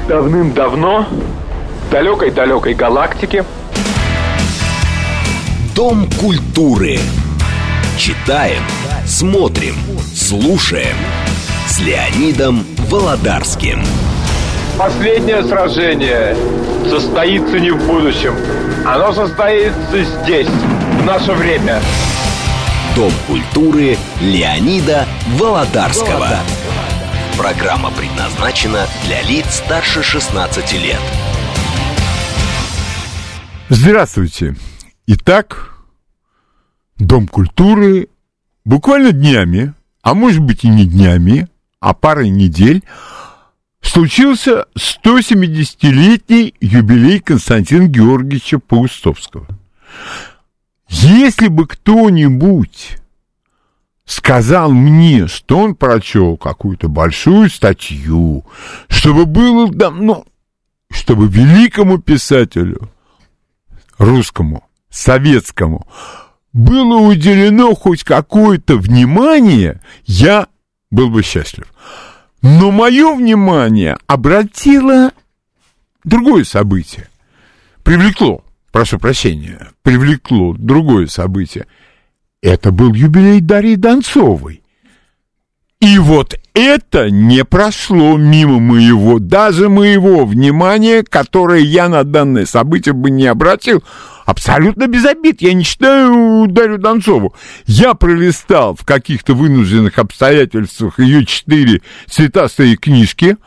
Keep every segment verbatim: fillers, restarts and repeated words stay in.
Давным-давно, в далекой-далекой галактике. Дом культуры. Читаем, смотрим, слушаем. С Леонидом Володарским. Последнее сражение состоится не в будущем. Оно состоится здесь, в наше время. Дом культуры Леонида Володарского. Программа предназначена для лиц старше шестнадцати лет. Здравствуйте. Итак, Дом культуры буквально днями, а может быть и не днями, а парой недель, случился сто семидесятилетний юбилей Константина Георгиевича Паустовского. Если бы кто-нибудь сказал мне, что он прочел какую-то большую статью, чтобы было давно, чтобы великому писателю, русскому, советскому, было уделено хоть какое-то внимание, я был бы счастлив. Но мое внимание обратило другое событие. Привлекло, прошу прощения, привлекло другое событие. Это был юбилей Дарьи Донцовой. И вот это не прошло мимо моего, даже моего внимания, которое я на данное событие бы не обратил. Абсолютно без обид. Я не читаю Дарью Донцову. Я пролистал в каких-то вынужденных обстоятельствах ее четыре цветастые книжки.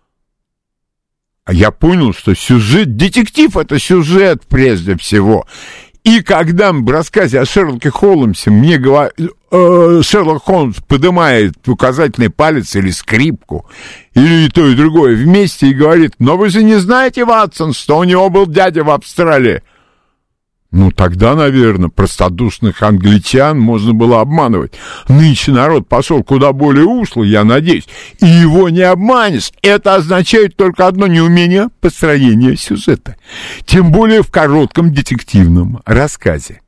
А я понял, что сюжет, детектив — это сюжет прежде всего. И когда в рассказе о Шерлоке Холмсе мне говорят, э, Шерлок Холмс поднимает указательный палец или скрипку, или и то, и другое вместе, и говорит: но вы же не знаете, Ватсон, что у него был дядя в Австралии. Ну, тогда, наверное, простодушных англичан можно было обманывать. Нынче народ пошел куда более ушлый, я надеюсь, и его не обманешь. Это означает только одно: неумение построения сюжета. Тем более в коротком детективном рассказе.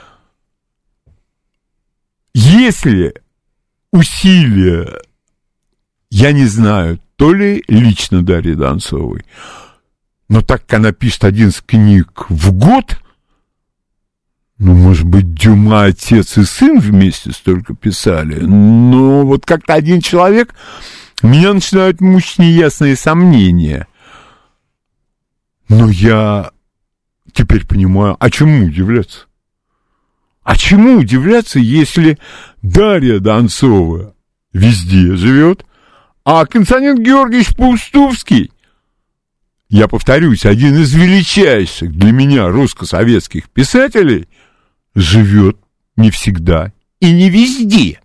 Если усилия, я не знаю, то ли лично Дарьи Донцовой, но так как она пишет одиннадцать книг в год, ну, может быть, Дюма отец и сын вместе столько писали, но вот как-то один человек, меня начинают мучить неясные сомнения. Но я теперь понимаю, а чему удивляться? А чему удивляться, если Дарья Донцова везде живет, а Константин Георгиевич Паустовский, я повторюсь, один из величайших для меня русско-советских писателей, живет не всегда и не везде.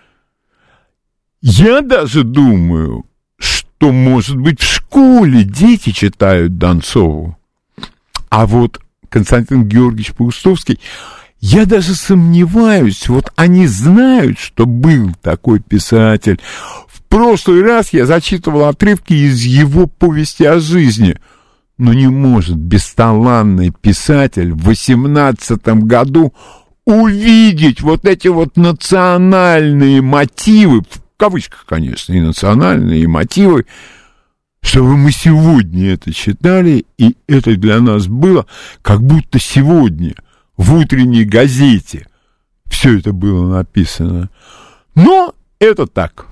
Я даже думаю, что, может быть, в школе дети читают Донцову. А вот Константин Георгиевич Паустовский, я даже сомневаюсь, вот они знают, что был такой писатель. В прошлый раз я зачитывал отрывки из его повести о жизни. Но не может бесталанный писатель в восемнадцатом году увидеть вот эти вот национальные мотивы, в кавычках, конечно, и национальные мотивы, чтобы мы сегодня это читали, и это для нас было, как будто сегодня в утренней газете все это было написано. Но это так.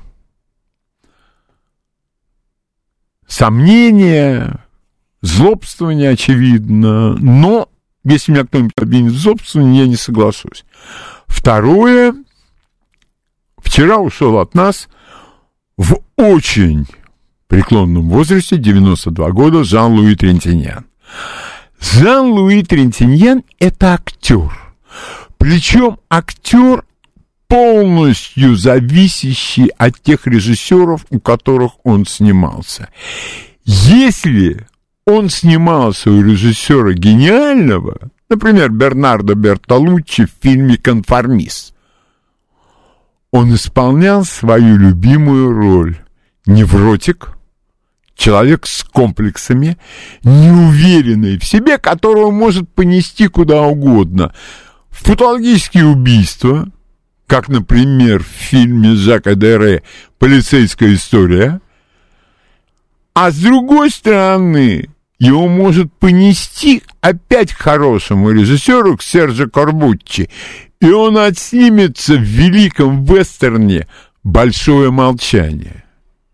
Сомнения, злобствование, очевидно, но если меня кто-нибудь обвинит в злобствовании, я не соглашусь. Второе. Вчера ушел от нас в очень преклонном возрасте, девяносто два года, Жан-Луи Трентиньян. Жан-Луи Трентиньян — это актер. Причем актер, полностью зависящий от тех режиссеров, у которых он снимался. Если он снимался у режиссера гениального, например, Бернардо Бертолуччи в фильме «Конформист», он исполнял свою любимую роль. Невротик, человек с комплексами, неуверенный в себе, которого может понести куда угодно. В патологические убийства, как, например, в фильме Жака Дере «Полицейская история», А с другой стороны, его может понести опять к хорошему режиссеру, к Серджо Корбуччи, и он отснимется в великом вестерне «Большое молчание».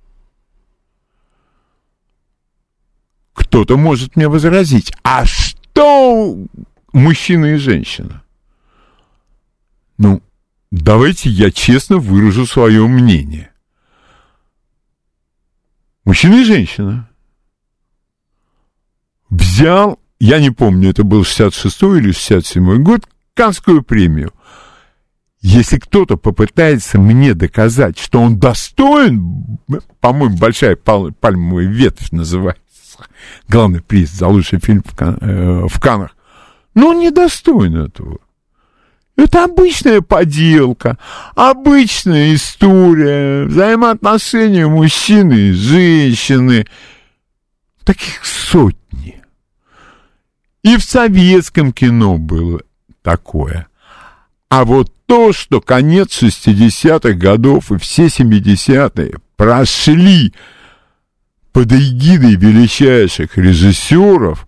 Кто-то может мне возразить, а что мужчина и женщина? Ну, давайте я честно выражу свое мнение. Мужчина и женщина. Взял, я не помню, это был шестьдесят шестой или шестьдесят седьмой год, Каннскую премию. Если кто-то попытается мне доказать, что он достоин, по-моему, «Большая пал- пальмовая ветвь» называется, главный приз за лучший фильм в, Кан- э, в Каннах, но он не достоин этого. Это обычная поделка, обычная история, взаимоотношения мужчины и женщины. Таких сотни. И в советском кино было такое. А вот то, что конец шестидесятых годов и все семидесятые прошли под эгидой величайших режиссеров,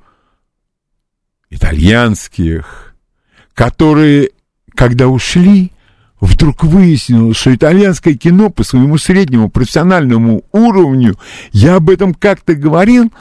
итальянских, которые, когда ушли, вдруг выяснилось, что итальянское кино по своему среднему профессиональному уровню, я об этом как-то говорил,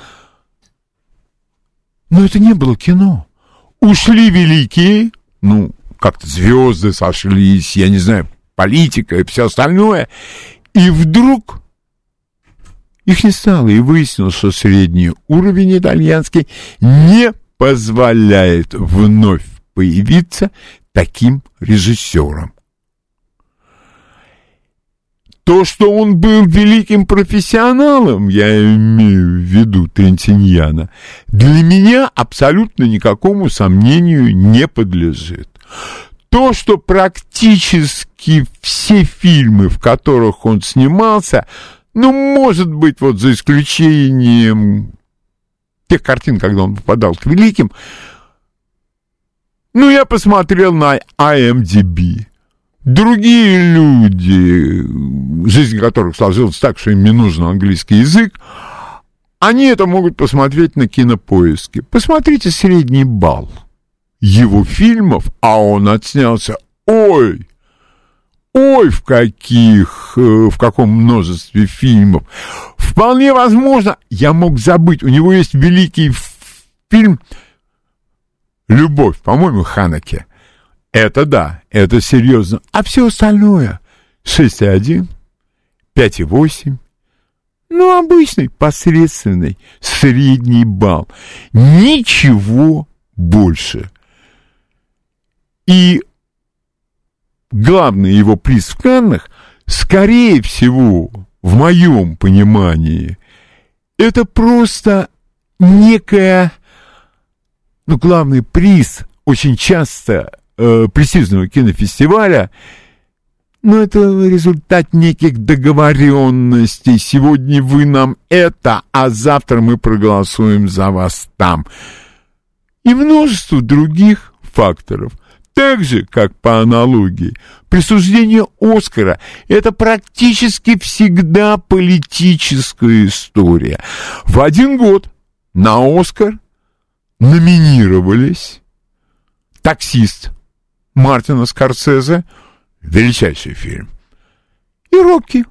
но это не было кино. Ушли великие, ну, как-то звезды сошлись, я не знаю, политика и все остальное, и вдруг их не стало, и выяснилось, что средний уровень итальянский не позволяет вновь появиться таким режиссером. То, что он был великим профессионалом, я имею в виду Трентиньяно, для меня абсолютно никакому сомнению не подлежит. То, что практически все фильмы, в которых он снимался, ну, может быть, вот за исключением тех картин, когда он попадал к великим, ну, я посмотрел на ай эм ди би. Другие люди, жизнь которых сложилась так, что им не нужен английский язык, они это могут посмотреть на Кинопоиске. Посмотрите средний балл его фильмов, а он отснялся, ой, ой, в каких, в каком множестве фильмов. Вполне возможно, я мог забыть, у него есть великий фильм «Любовь», по-моему, Ханеке. Это да, это серьезно. А все остальное шесть и один, пять и восемь. Ну, обычный, посредственный, средний балл. Ничего больше. И главный его приз в Каннах, скорее всего, в моем понимании, это просто некая, ну, главный приз очень часто э, престижного кинофестиваля, но это результат неких договоренностей. Сегодня вы нам это, а завтра мы проголосуем за вас там. И множество других факторов. Так же, как по аналогии, присуждение Оскара – это практически всегда политическая история. В один год на Оскар номинировались «Таксист» Мартина Скорсезе, величайший фильм, и «Рокки».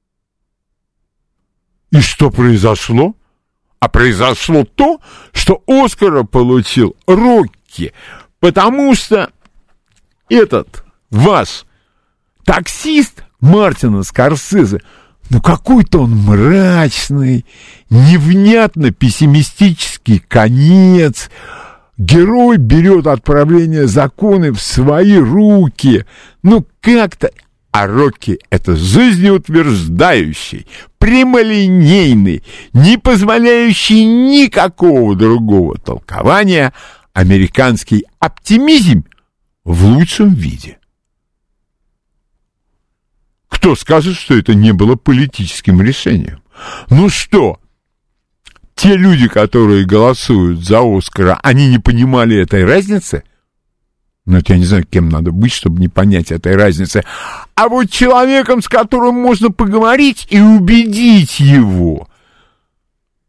И что произошло? А произошло то, что Оскара получил «Рокки», потому что этот ваш «Таксист» Мартина Скорсезе, ну какой-то он мрачный, невнятно пессимистический конец. Герой берет отправление законы в свои руки. Ну как-то... А «Рокки» — это жизнеутверждающий, прямолинейный, не позволяющий никакого другого толкования американский оптимизм в лучшем виде. Кто скажет, что это не было политическим решением? Ну что, те люди, которые голосуют за Оскара, они не понимали этой разницы? Ну, это я не знаю, кем надо быть, чтобы не понять этой разницы. А вот человеком, с которым можно поговорить и убедить его,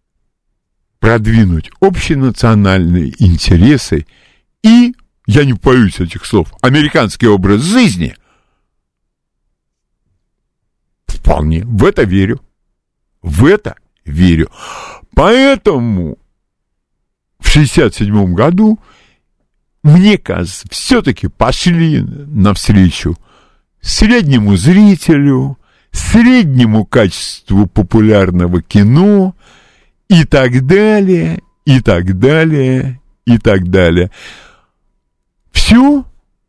продвинуть общенациональные интересы и, я не боюсь этих слов, американский образ жизни, вполне, в это верю. В это верю. Поэтому в шестьдесят седьмом году, мне кажется, все-таки пошли навстречу среднему зрителю, среднему качеству популярного кино и так далее, и так далее, и так далее. Все.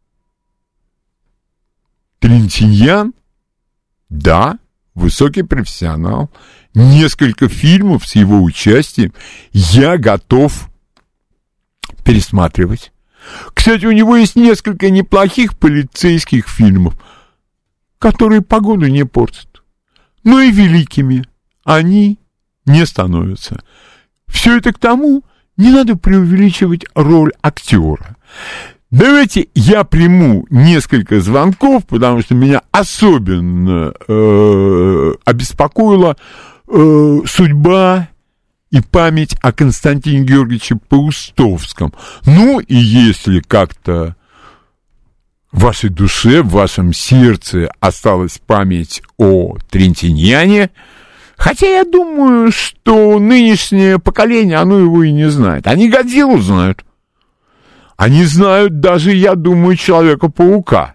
Трентиньян, да, высокий профессионал. Несколько фильмов с его участием я готов пересматривать. Кстати, у него есть несколько неплохих полицейских фильмов, которые погоду не портят. Но и великими они не становятся. Все это к тому, не надо преувеличивать роль актера. Давайте я приму несколько звонков, потому что меня особенно э, обеспокоила э, судьба и память о Константине Георгиевиче Паустовском. Ну, и если как-то в вашей душе, в вашем сердце осталась память о Трентиньяне, хотя я думаю, что нынешнее поколение, оно его и не знает. Они Годзиллу знают. Они знают даже, я думаю, Человека-паука.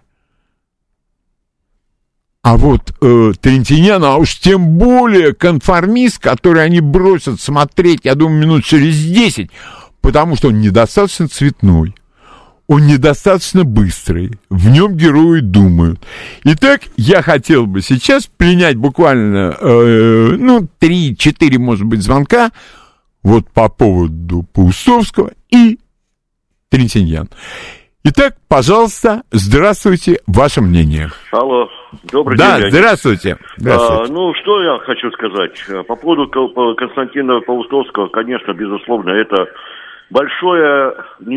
А вот э, Трентиньян, а уж тем более конформист, который они бросят смотреть, я думаю, минут через десять, потому что он недостаточно цветной, он недостаточно быстрый, в нем герои думают. Итак, я хотел бы сейчас принять буквально, э, ну, три-четыре, может быть, звонка вот по поводу Паустовского и Трентиньян. Итак, пожалуйста, здравствуйте, ваше мнение. Алло, добрый да, день. Да, здравствуйте. здравствуйте. А, ну, что я хочу сказать. По поводу Константина Паустовского, конечно, безусловно, это большое,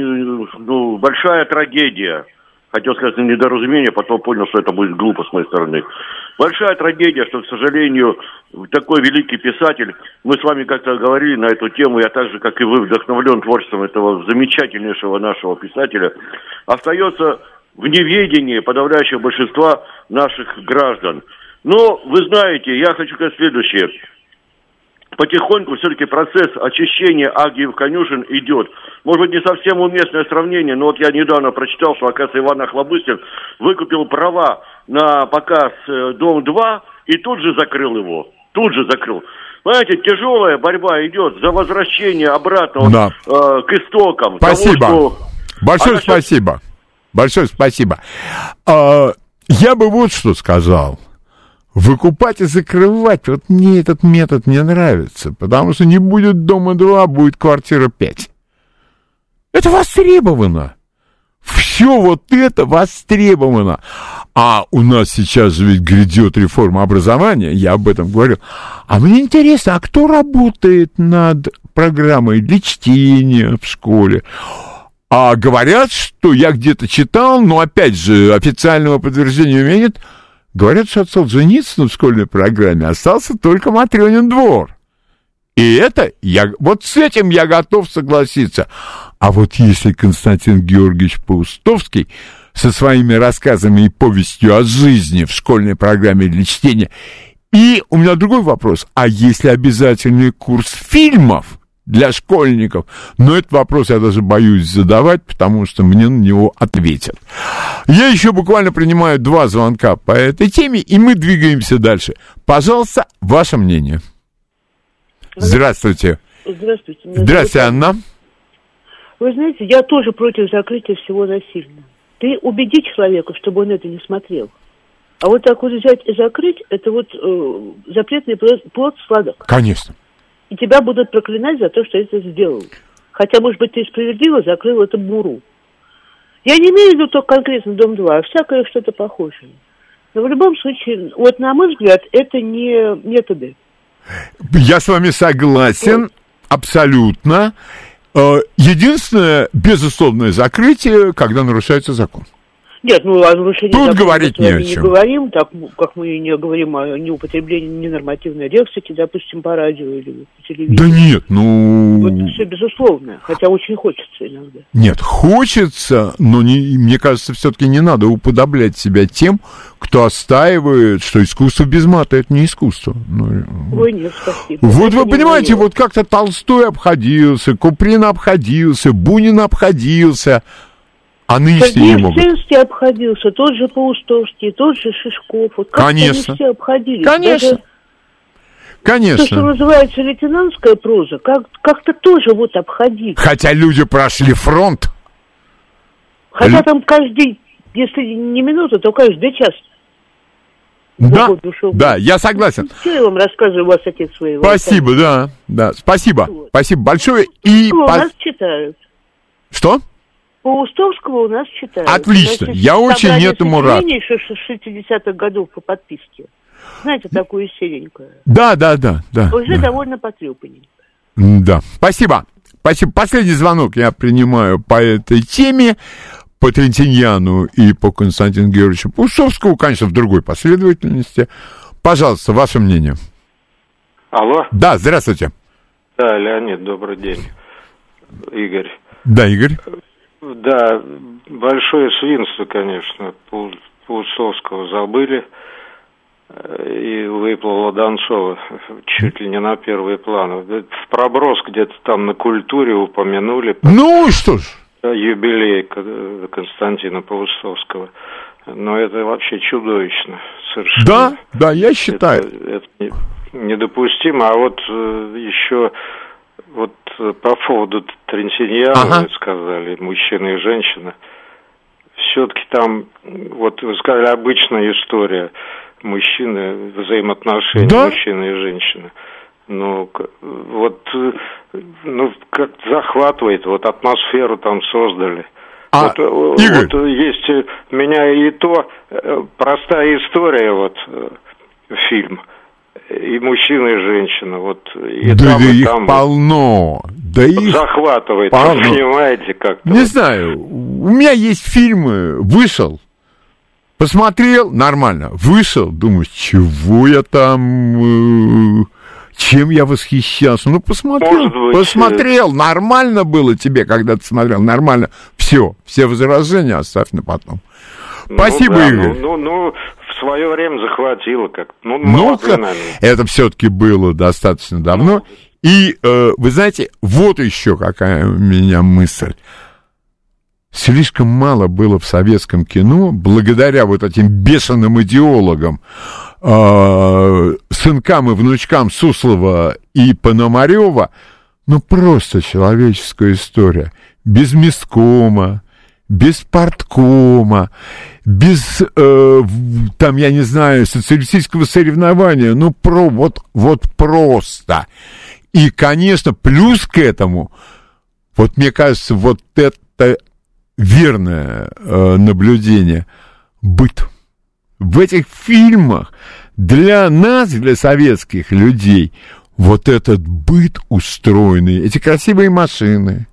ну, большая трагедия. Хотел сказать недоразумение, потом понял, что это будет глупо с моей стороны. Большая трагедия, что, к сожалению, такой великий писатель, мы с вами как-то говорили на эту тему, я так же, как и вы, вдохновлен творчеством этого замечательнейшего нашего писателя, остается в неведении подавляющего большинства наших граждан. Но, вы знаете, я хочу сказать следующее. Потихоньку все-таки процесс очищения Агиев конюшен идет. Может быть, не совсем уместное сравнение, но вот я недавно прочитал, что, оказывается, Иван Охлобыстин выкупил права на показ «Дом-два» и тут же закрыл его. Тут же закрыл. Понимаете, тяжелая борьба идет за возвращение обратно да. э, к истокам. Спасибо. Того, что... Большое а спасибо. Насчет... Большое спасибо. А, я бы вот что сказал. Выкупать и закрывать, вот мне этот метод не нравится, потому что не будет дома-два, будет квартира пять. Это востребовано. Все вот это востребовано. А у нас сейчас же ведь грядет реформа образования, я об этом говорил. А мне интересно, а кто работает над программой для чтения в школе? А говорят, что я где-то читал, но опять же официального подтверждения у меня нет. Говорят, что от Солженицына в школьной программе остался только Матрёнин двор. И это, я, вот с этим я готов согласиться. А вот если Константин Георгиевич Паустовский со своими рассказами и повестью о жизни в школьной программе для чтения... И у меня другой вопрос. А если обязательный курс фильмов для школьников? Но этот вопрос я даже боюсь задавать, потому что мне на него ответят. Я еще буквально принимаю два звонка по этой теме, и мы двигаемся дальше. Пожалуйста, ваше мнение. Здравствуйте. Здравствуйте. Здравствуйте, Анна. Вы знаете, я тоже против закрытия всего насильно. Ты убеди человека, чтобы он это не смотрел. А вот так вот взять и закрыть, это вот э, запретный плод сладок. Конечно. И тебя будут проклинать за то, что это сделал. Хотя, может быть, ты справедливо закрыл это муру. Я не имею в виду только конкретно Дом-два, а всякое что-то похожее. Но в любом случае, вот на мой взгляд, это не методы. Я с вами согласен, вот. Абсолютно. Единственное, безусловное закрытие, когда нарушается закон. Нет, ну о нарушении Тут закона говорить мы не о не чем. говорим, так как мы не говорим о неупотреблении ненормативной лексики, допустим, по радио или по телевидению. Да нет, ну... Это все безусловно, хотя очень хочется иногда. Нет, хочется, но не, мне кажется, все-таки не надо уподоблять себя тем, кто отстаивает, что искусство без мата — это не искусство. Ну, Ой, нет, спасибо. вот это вы понимаете, мое. вот как-то Толстой обходился, Куприн обходился, Бунин обходился, а нынешние не могут. Сергей обходился, тот же Паустовский, тот же Шишков. Вот как Конечно. они все обходились. Конечно. Даже Конечно. то, что называется лейтенантская проза, как, как-то тоже вот обходить. Хотя люди прошли фронт. Хотя Лю- там каждый, если не минута, то каждый час. Да, Бог душевный. да, я согласен. Все я вам рассказываю, у вас отец своего. Спасибо, да, да, спасибо, Вот. спасибо большое. И У по- нас читают. что? Паустовского у нас читают. Отлично, Значит, я очень собрание этому рад. сочинений ш- шестидесятых годов по подписке. Знаете, такое серенькое. Да, да, да, да. Уже да. довольно потрепанненько. Да, спасибо. Спасибо. Последний звонок я принимаю по этой теме, по Трентиньяну и по Константину Георгиевичу Паустовскому, конечно, в другой последовательности. Пожалуйста, ваше мнение. Алло? Да, здравствуйте. Да, Леонид, добрый день. Игорь. Да, Игорь. Да, большое свинство, конечно, Пау- Паустовского забыли, и выплыла Донцова чуть ли не на первый план. В проброс где-то там на культуре упомянули Ну и что ж. юбилей К- Константина Паустовского. Но это вообще чудовищно совершенно. Да, да, я считаю. Это, это не- недопустимо. А вот э, еще вот э, по поводу Трентиньяна, Ага. вы сказали, мужчина и женщина. Все-таки там, вот вы сказали, обычная история мужчины, взаимоотношения Да? мужчины и женщины. Ну, к- вот, э, ну, как захватывает, вот атмосферу там создали. А, вот, э, Игорь. вот есть э, у меня и то э, простая история, вот э, фильм, и мужчина, и женщина, вот и Да, там, да и их там полно. Да вот их... захватывает, полно. вы понимаете, как-то. Не вот. знаю, у меня есть фильмы, вышел, посмотрел, нормально, вышел, думаю, чего я там, э, чем я восхищался. Ну, посмотрел, Может быть, посмотрел, нормально было тебе, когда ты смотрел, нормально. Все, все возражения оставь на потом. Ну Спасибо, да, Игорь. Ну, ну, ну, в свое время захватило как. Ну, Ну, молодые, наверное. это все-таки было достаточно давно. И, э, вы знаете, вот еще какая у меня мысль. Слишком мало было в советском кино, благодаря вот этим бешеным идеологам, э, сынкам и внучкам Суслова и Пономарева, ну, просто человеческая история. Без месткома, без парткома, без, э, там, я не знаю, социалистического соревнования, ну, про, вот, вот просто. И, конечно, плюс к этому, вот мне кажется, вот это верное э, наблюдение, быт. В этих фильмах для нас, для советских людей, вот этот быт устроенный, эти красивые машины,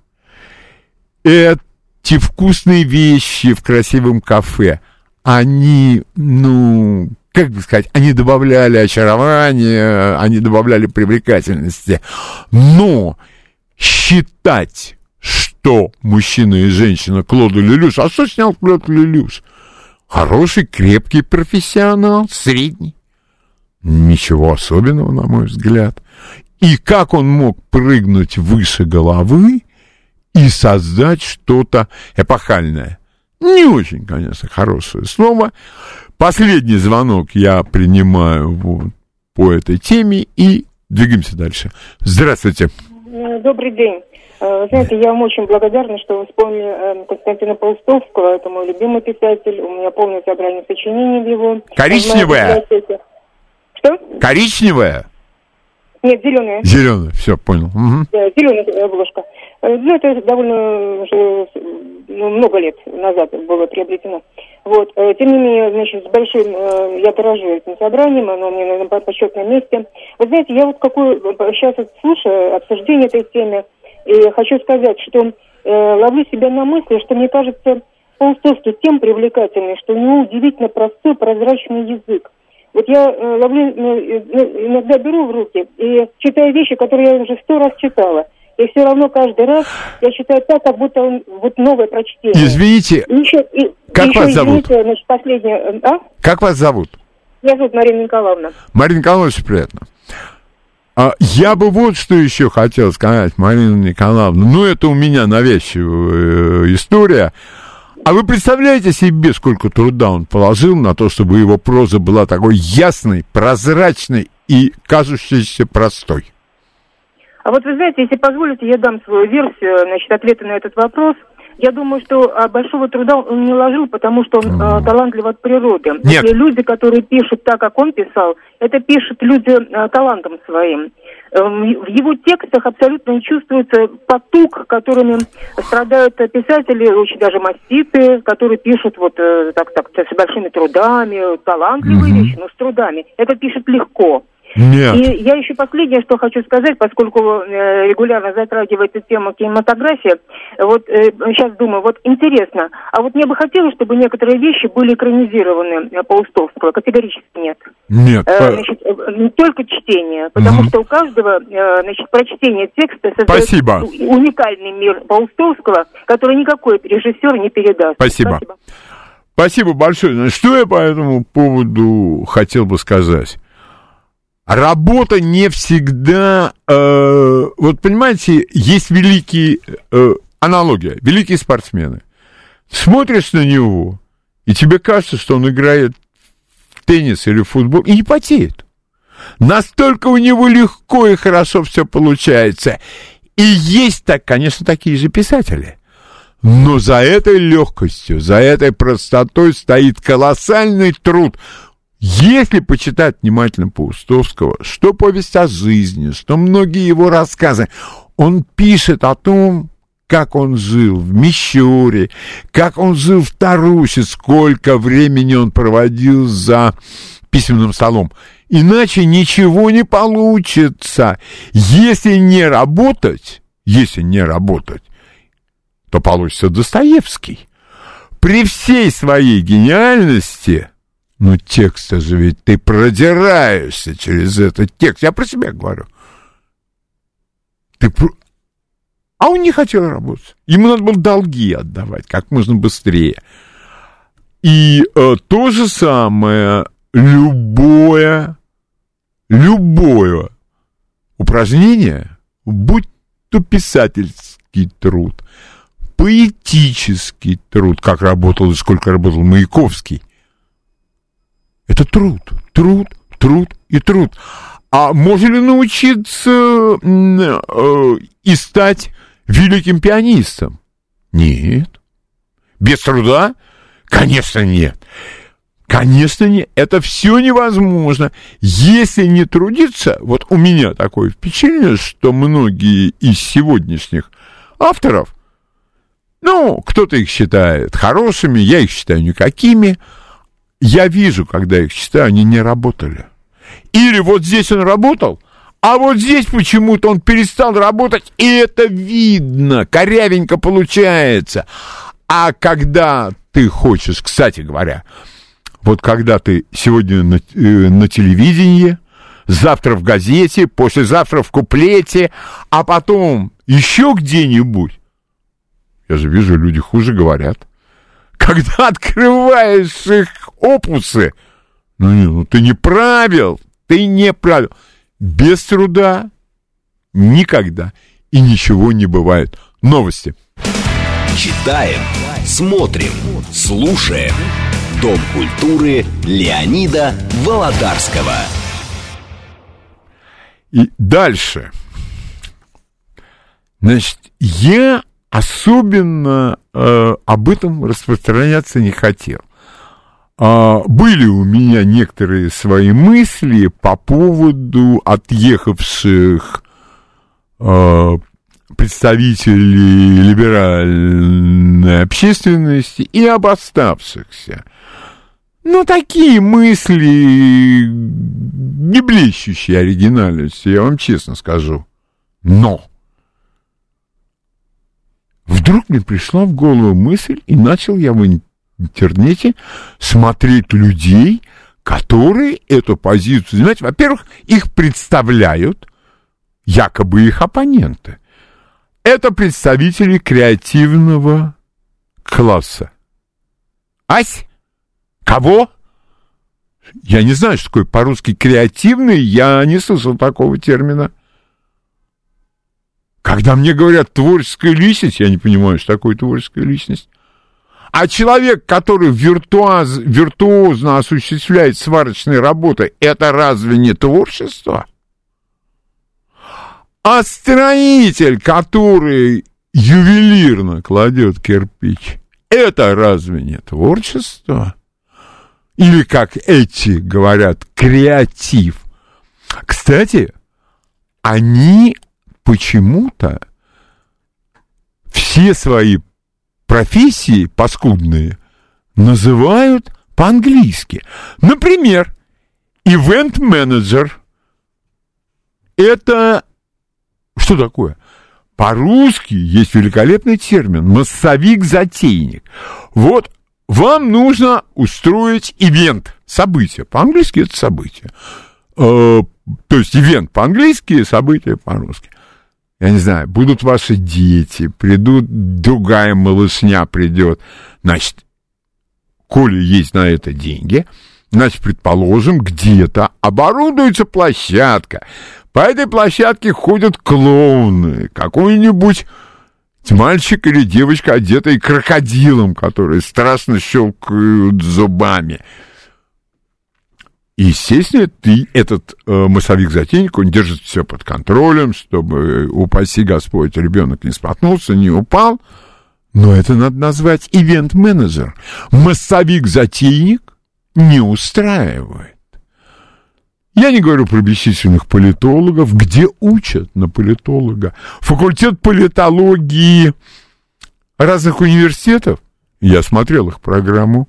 эти вкусные вещи в красивом кафе, они, ну, как бы сказать, они добавляли очарования, они добавляли привлекательности. Но считать, что мужчина и женщина Клод Лелюш, а что снял Клод Лелюш? Хороший, крепкий профессионал, средний. Ничего особенного, на мой взгляд. И как он мог прыгнуть выше головы и создать что-то эпохальное? Не очень, конечно, хорошее слово. Последний звонок я принимаю вот по этой теме и двигаемся дальше. Здравствуйте. Добрый день. Знаете, я вам очень благодарна, что вы вспомнили Константина Паустовского. Это мой любимый писатель. У меня полное собрание сочинений в его. Коричневая? Что? Коричневая? Нет, зеленая. Зеленая, все, понял. Угу. Да, зеленая обложка. Ну, это довольно уже ну, много лет назад было приобретено. Вот. Тем не менее, значит, с большим, я дорожу этим собранием, оно у меня на почетном месте. Вы знаете, я вот какую сейчас слушаю обсуждение этой темы, и хочу сказать, что э, ловлю себя на мысли, что мне кажется, Паустовский тем привлекательный, что у него удивительно простой, прозрачный язык. Вот я э, ловлю, э, иногда беру в руки и читаю вещи, которые я уже сто раз читала. И все равно каждый раз я читаю так, как будто он, вот новое прочтение. Извините, и еще, и, как и еще, вас зовут? Извините, значит, последнее... А? Как вас зовут? Меня зовут Марина Николаевна. Марина Николаевна, очень приятно. А, я бы вот что еще хотел сказать, Марина Николаевна. Ну, это у меня навязчивая э, история. А вы представляете себе, сколько труда он положил на то, чтобы его проза была такой ясной, прозрачной и кажущейся простой? А вот вы знаете, если позволите, я дам свою версию, значит, ответа на этот вопрос. Я думаю, что а, большого труда он не ложил, потому что он а, талантлив от природы. Нет. Если люди, которые пишут так, как он писал, это пишут люди а, талантом своим. В его текстах абсолютно не чувствуется потуг, которыми страдают писатели, очень даже маститы, которые пишут вот так, так, с большими трудами, талантливые mm-hmm. вещи, но с трудами. Это пишет легко. Нет. И я еще последнее, что хочу сказать, поскольку э, регулярно затрагивается тема кинематографии, вот э, сейчас думаю, вот интересно, а вот мне бы хотелось, чтобы некоторые вещи были экранизированы э, Паустовского, категорически нет. Нет. Э, значит, э, не только чтение, потому mm-hmm. что у каждого, э, значит, прочтение текста создает Спасибо. уникальный мир Паустовского, который никакой режиссер не передаст. Спасибо. Спасибо. Спасибо большое. Что я по этому поводу хотел бы сказать? Работа не всегда... Э, вот понимаете, есть великие... Э, аналогия. Великие спортсмены. Смотришь на него, и тебе кажется, что он играет в теннис или в футбол, и не потеет. Настолько у него легко и хорошо все получается. И есть, так, конечно, такие же писатели. Но за этой легкостью, за этой простотой стоит колоссальный труд. Если почитать внимательно Паустовского, что повесть о жизни, что многие его рассказы, он пишет о том, как он жил в Мещере, как он жил в Тарусе, сколько времени он проводил за письменным столом. Иначе ничего не получится. Если не работать, если не работать, то получится Достоевский. При всей своей гениальности... Ну, текст-то же ведь ты продираешься через этот текст. Я про себя говорю. Ты... А он не хотел работать. Ему надо было долги отдавать как можно быстрее. И э, то же самое, любое, любое упражнение, будь то писательский труд, поэтический труд, как работал и сколько работал Маяковский, это труд, труд, труд и труд. А можно ли научиться э, и стать великим пианистом? Нет. Без труда? Конечно, нет. Конечно, нет. Это все невозможно. Если не трудиться, вот у меня такое впечатление, что многие из сегодняшних авторов, ну, кто-то их считает хорошими, я их считаю никакими. Я вижу, когда их читаю, они не работали. Или вот здесь он работал, а вот здесь почему-то он перестал работать, и это видно, корявенько получается. А когда ты хочешь, кстати говоря, вот когда ты сегодня на, э, на телевидении, завтра в газете, послезавтра в куплете, а потом еще где-нибудь, я же вижу, люди хуже говорят. Когда открываешь их опусы, ну, ну ты не правил, ты не правил. Без труда никогда и ничего не бывает. Новости. Читаем, смотрим, слушаем. Дом культуры Леонида Володарского. И дальше. Значит, я особенно э, об этом распространяться не хотел. А, были у меня некоторые свои мысли по поводу отъехавших э, представителей либеральной общественности и об оставшихся. Ну, такие мысли, не блещущие оригинальностью, я вам честно скажу. Но вдруг мне пришла в голову мысль, и начал я в интернете смотреть людей, которые эту позицию занимают. Во-первых, их представляют якобы их оппоненты. Это представители креативного класса. Ась? Кого? Я не знаю, что такое по-русски креативный, я не слышал такого термина. Когда мне говорят творческая личность, я не понимаю, что такое творческая личность. А человек, который виртуоз, виртуозно осуществляет сварочные работы, это разве не творчество? А строитель, который ювелирно кладет кирпич, это разве не творчество? Или, как эти говорят, креатив. Кстати, они почему-то все свои профессии паскудные называют по-английски. Например, ивент-менеджер. Это что такое? По-русски есть великолепный термин массовик-затейник. Вот вам нужно устроить ивент, событие. По-английски это событие. Э, то есть ивент по-английски, событие по-русски. Я не знаю, будут ваши дети, придут, другая малышня придет. Значит, коли есть на это деньги, значит, предположим, где-то оборудуется площадка. По этой площадке ходят клоуны, какой-нибудь мальчик или девочка, одетый крокодилом, которые страшно щелкают зубами. И, естественно, ты, этот э, массовик-затейник, он держит все под контролем, чтобы, упаси Господь, ребенок не споткнулся, не упал. Но это надо назвать ивент-менеджер. Массовик-затейник не устраивает. Я не говорю про бесчисленных политологов, где учат на политолога. Факультет политологии разных университетов, я смотрел их программу,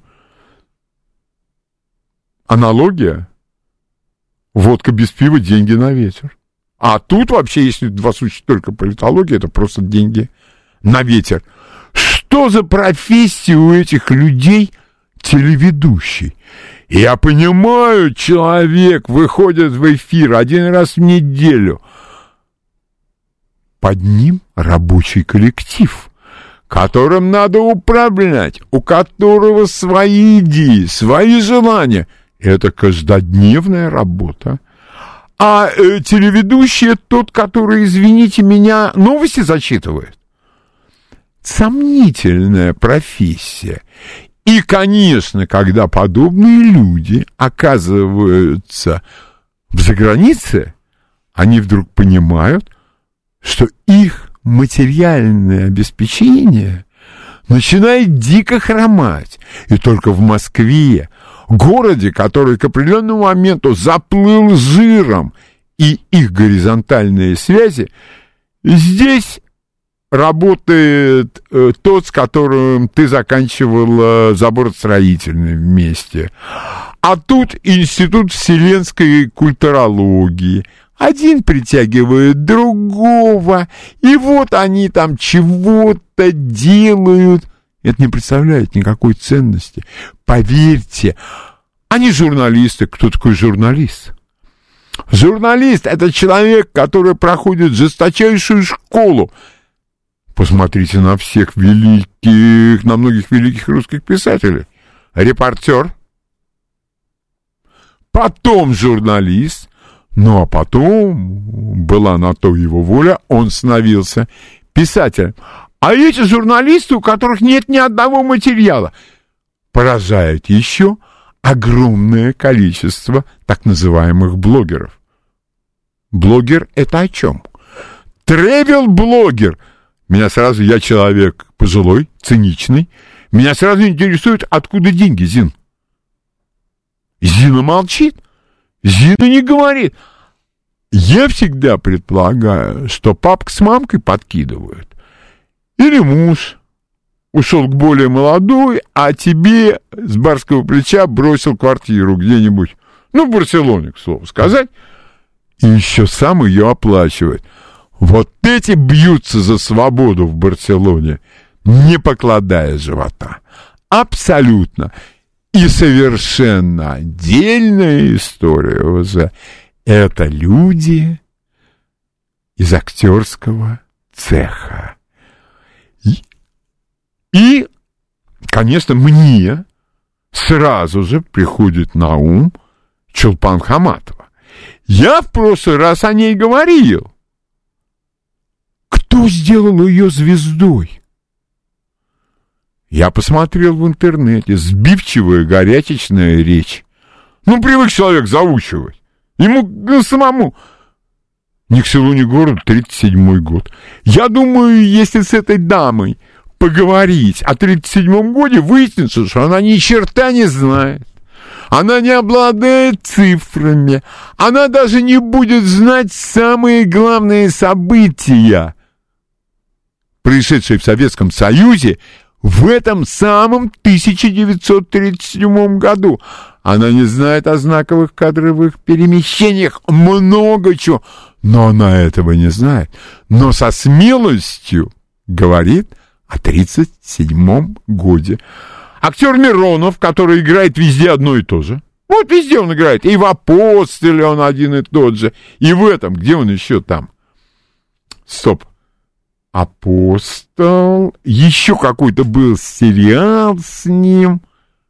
аналогия, водка без пива, деньги на ветер. А тут вообще, если вас учат только политология, это просто деньги на ветер. Что за профессия у этих людей телеведущий? Я понимаю, человек выходит в эфир один раз в неделю. Под ним рабочий коллектив, которым надо управлять, у которого свои идеи, свои желания. Это каждодневная работа. А э, телеведущий тот, который, извините меня, новости зачитывает. Сомнительная профессия. И, конечно, когда подобные люди оказываются в загранице, они вдруг понимают, что их материальное обеспечение начинает дико хромать. И только в Москве, городе, который к определенному моменту заплыл жиром, и их горизонтальные связи, здесь работает э, тот, с которым ты заканчивал э, заборостроительный вместе. А тут Институт вселенской культурологии. Один притягивает другого, и вот они там чего-то делают. Это не представляет никакой ценности. Поверьте, они журналисты. Кто такой журналист? Журналист — это человек, который проходит жесточайшую школу. Посмотрите на всех великих, на многих великих русских писателей. Репортер, потом журналист, ну а потом была на то его воля, он становился писателем. А эти журналисты, у которых нет ни одного материала, поражает еще огромное количество так называемых блогеров. Блогер — это о чем? Тревел-блогер. Меня сразу, я человек пожилой, циничный, меня сразу интересует, откуда деньги, Зин. Зина молчит, Зина не говорит. Я всегда предполагаю, что папка с мамкой подкидывают. Или муж ушел к более молодой, а тебе с барского плеча бросил квартиру где-нибудь, ну, в Барселоне, к слову сказать, и еще сам ее оплачивает. Вот эти бьются за свободу в Барселоне, не покладая живота. Абсолютно. И совершенно отдельная история уже. Это люди из актерского цеха. И, и, конечно, мне сразу же приходит на ум Чулпан Хаматова. Я в прошлый раз о ней говорил. Кто сделал ее звездой? Я посмотрел в интернете. Сбивчивая, горячечная речь. Ну, привык человек заучивать. Ему ну, самому ни к селу, ни к городу, тридцать седьмой год. Я думаю, если с этой дамой поговорить о тридцать седьмом годе, выяснится, что она ни черта не знает. Она не обладает цифрами. Она даже не будет знать самые главные события, происшедшие в Советском Союзе в этом самом тысяча девятьсот тридцать седьмом году. Она не знает о знаковых кадровых перемещениях, много чего, но она этого не знает. Но со смелостью говорит о тридцать седьмом годе. Актер Миронов, который играет везде одно и то же. Вот везде он играет. И в «Апостоле» он один и тот же. И в этом, где он еще там? Стоп. «Апостол». Еще какой-то был сериал с ним.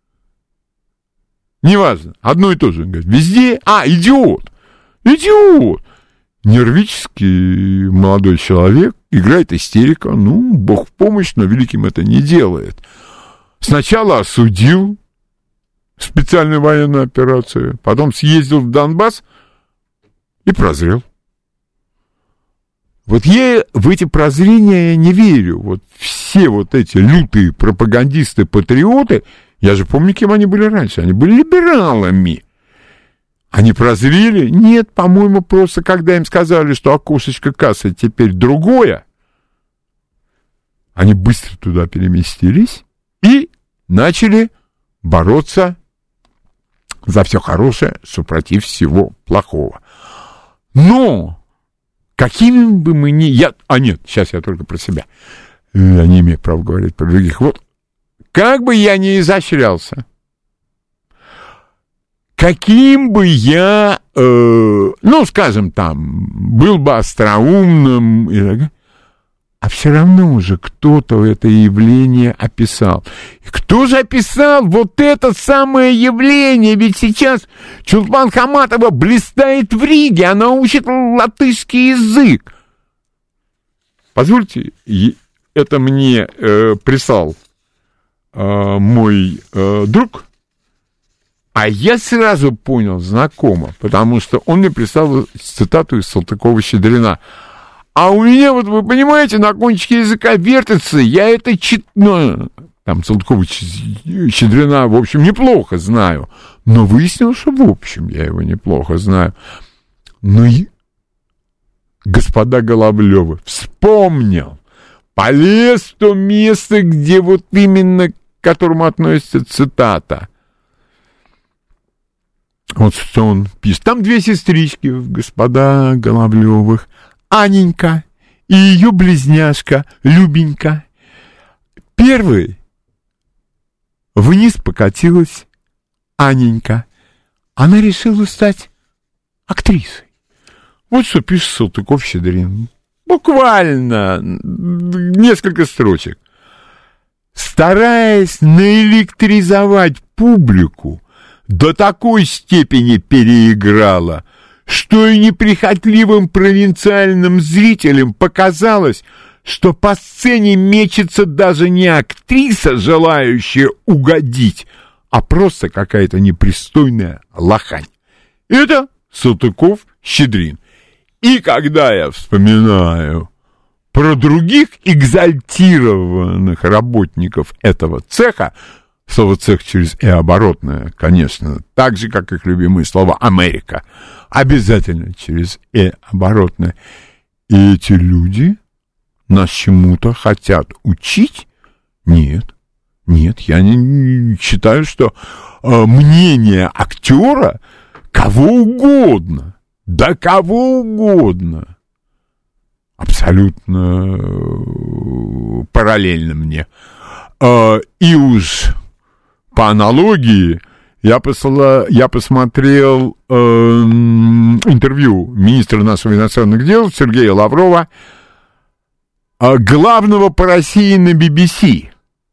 Неважно. Одно и то же. Он говорит, везде. А, «Идиот». «Идиот». Нервический молодой человек. Играет истерика. Ну, бог в помощь, но великим это не делает. Сначала осудил специальную военную операцию, потом съездил в Донбасс и прозрел. Вот я в эти прозрения не верю. Вот все вот эти лютые пропагандисты-патриоты, я же помню, кем они были раньше. Они были либералами. Они прозрели? Нет, по-моему, просто когда им сказали, что окошечко кассы теперь другое, они быстро туда переместились и начали бороться за все хорошее, супротив всего плохого. Но какими бы мы ни... Я... А нет, сейчас я только про себя. Я не имею права говорить про других. Вот как бы я ни изощрялся, каким бы я, э, ну, скажем, там, был бы остроумным... А все равно уже кто-то это явление описал. И кто же описал вот это самое явление? Ведь сейчас Чулпан Хаматова блистает в Риге, она учит латышский язык. Позвольте, это мне э, прислал э, мой э, друг, а я сразу понял, знакомо, потому что он мне прислал цитату из Салтыкова-Щедрина. А у меня, вот вы понимаете, на кончике языка вертится, я это чит... Ну, там Салтыкова-Щедрина, в общем, неплохо знаю, но выяснилось, что в общем я его неплохо знаю. Ну и господа Головлёвы, вспомнил, полез в то место, где вот именно к которому относится цитата. Вот что он пишет. Там две сестрички, господа Головлёвых, Аненька и ее близняшка Любенька. Первой вниз покатилась Аненька. Она решила стать актрисой. Вот что пишет Салтыков-Щедрин. Буквально несколько строчек. Стараясь наэлектризовать публику, до такой степени переиграла, что и неприхотливым провинциальным зрителям показалось, что по сцене мечется даже не актриса, желающая угодить, а просто какая-то непристойная лохань. Это Салтыков-Щедрин. И когда я вспоминаю про других экзальтированных работников этого цеха, слово «цех» через «э» оборотное, конечно, так же, как их любимое слово «Америка», обязательно через «э» оборотное. И эти люди нас чему-то хотят учить? Нет, нет, я не считаю, что э, мнение актера кого угодно, да кого угодно, абсолютно параллельно мне. И уж по аналогии я, посла, я посмотрел э, интервью министра наших иностранных дел Сергея Лаврова, э, главного по России на би би си.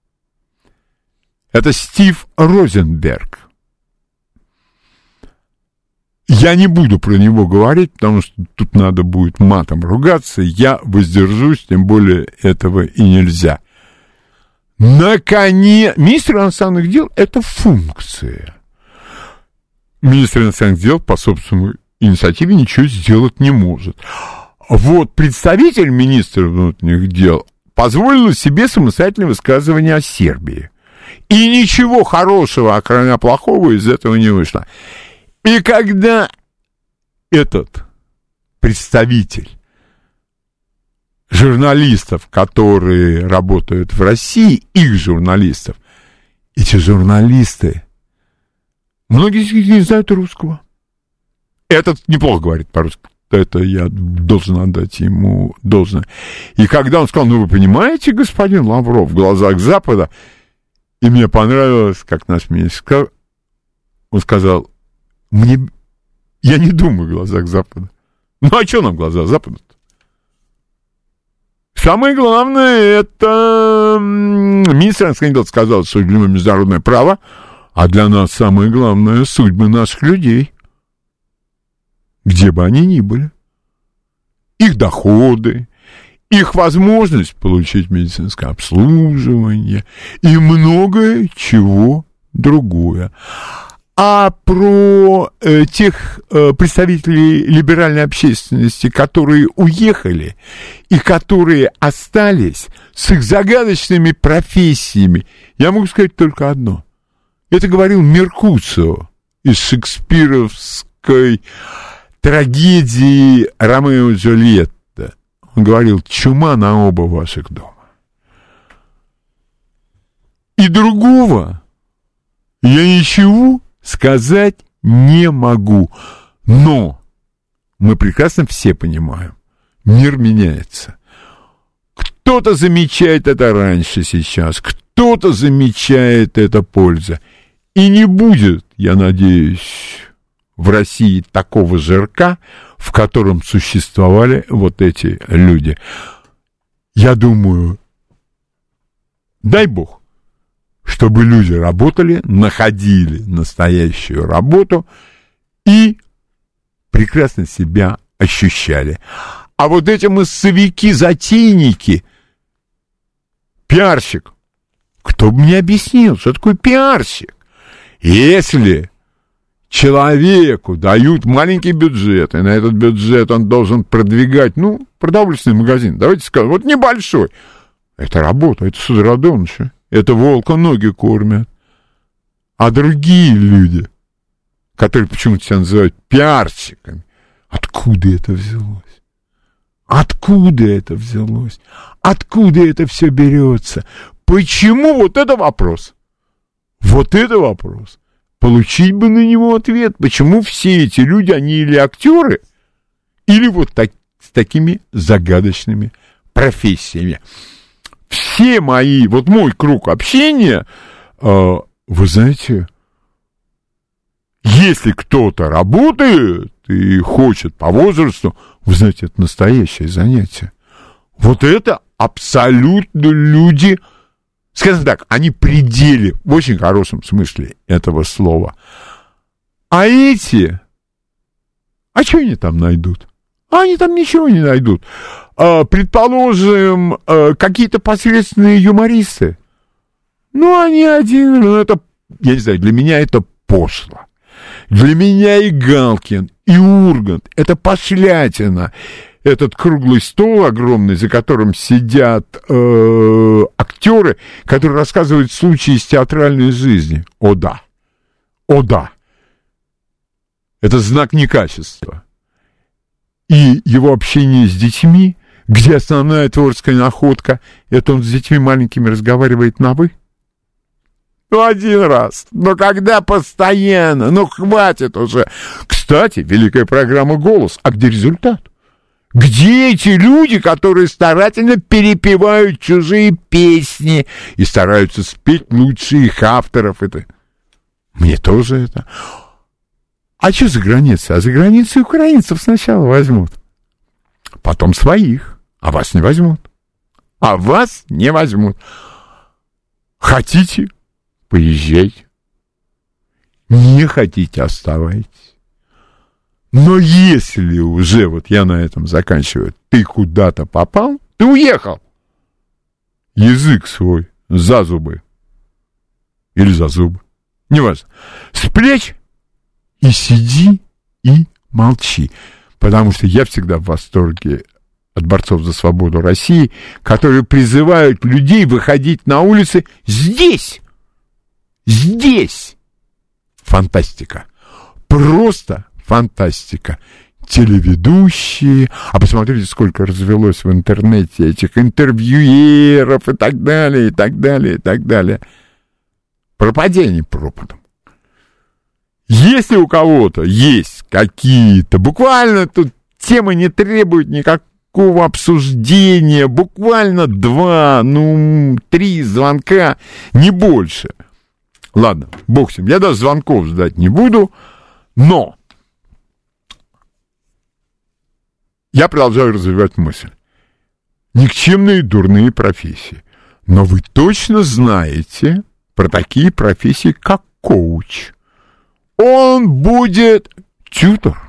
Это Стив Розенберг. Я не буду про него говорить, потому что тут надо будет матом ругаться. Я воздержусь, тем более этого и нельзя. Наконец, министр иностранных дел – это функция. Министр иностранных дел по собственной инициативе ничего сделать не может. Вот представитель министра внутренних дел позволил себе самостоятельное высказывание о Сербии. И ничего хорошего, кроме плохого, из этого не вышло. И когда этот представитель журналистов, которые работают в России, их журналистов, эти журналисты, многие из них не знают русского. Этот неплохо говорит по-русски. Это я должен отдать ему должное. И когда он сказал, ну вы понимаете, господин Лавров, в глазах Запада, и мне понравилось, как наш министр сказал, он сказал, мне, я не думаю в глазах Запада. Ну а что нам в глазах Запада-то? Самое главное, это министр иностранных дел сказал, что для международное право, а для нас самое главное судьбы наших людей, где бы они ни были, их доходы, их возможность получить медицинское обслуживание и многое чего другое. А про э, тех э, представителей либеральной общественности, которые уехали и которые остались с их загадочными профессиями, я могу сказать только одно. Это говорил Меркуцио из шекспировской трагедии «Ромео и Джульетта». Он говорил, чума на оба ваших дома. И другого я ничего сказать не могу. Но мы прекрасно все понимаем, мир меняется. Кто-то замечает это раньше сейчас, кто-то замечает это польза. И не будет, я надеюсь, в России такого жирка, в котором существовали вот эти люди. Я думаю, дай бог, чтобы люди работали, находили настоящую работу и прекрасно себя ощущали. А вот эти массовики-затейники, пиарщик, кто бы мне объяснил, что такое пиарщик? Если человеку дают маленький бюджет, и на этот бюджет он должен продвигать, ну, продовольственный магазин, давайте скажем, вот небольшой, это работа, это судородоныши. Это волка ноги кормят. А другие люди, которые почему-то себя называют пиарщиками, откуда это взялось? Откуда это взялось? Откуда это все берется? Почему? Вот это вопрос. Вот это вопрос. Получить бы на него ответ. Почему все эти люди, они или актеры, или вот так, с такими загадочными профессиями. Все мои, вот мой круг общения, э, вы знаете, если кто-то работает и хочет по возрасту, вы знаете, это настоящее занятие. Вот это абсолютно люди, скажем так, они при деле, в очень хорошем смысле этого слова. А эти, а что они там найдут? А они там ничего не найдут. Предположим, какие-то посредственные юмористы. Ну, они один, ну, это, я не знаю, для меня это пошло. Для меня и Галкин, и Ургант, это пошлятина. Этот круглый стол огромный, за которым сидят э, актеры, которые рассказывают случаи из театральной жизни. О да, о да. Это знак некачества. И его общение с детьми, где основная творческая находка, это он с детьми маленькими разговаривает на «вы». Ну, один раз. Но когда постоянно? Ну, хватит уже. Кстати, великая программа «Голос». А где результат? Где эти люди, которые старательно перепевают чужие песни и стараются спеть лучше их авторов? Это... Мне тоже это... А что за границей? А за границей украинцев сначала возьмут. Потом своих. А вас не возьмут. А вас не возьмут. Хотите? Поезжайте. Не хотите? Оставайтесь. Но если уже, вот я на этом заканчиваю, ты куда-то попал, ты уехал. Язык свой за зубы. Или за зубы. Неважно. Спрячь и сиди и молчи. Потому что я всегда в восторге от борцов за свободу России, которые призывают людей выходить на улицы здесь. Здесь. Фантастика. Просто фантастика. Телеведущие. А посмотрите, сколько развелось в интернете этих интервьюеров и так далее, и так далее, и так далее. Пропадение пропадом. Если у кого-то есть какие-то, буквально тут темы не требуют никакого обсуждения, буквально два, ну, три звонка, не больше. Ладно, бог с ним, я даже звонков ждать не буду, но я продолжаю развивать мысль. Никчемные дурные профессии. Но вы точно знаете про такие профессии, как коуч. Он будет тьютор.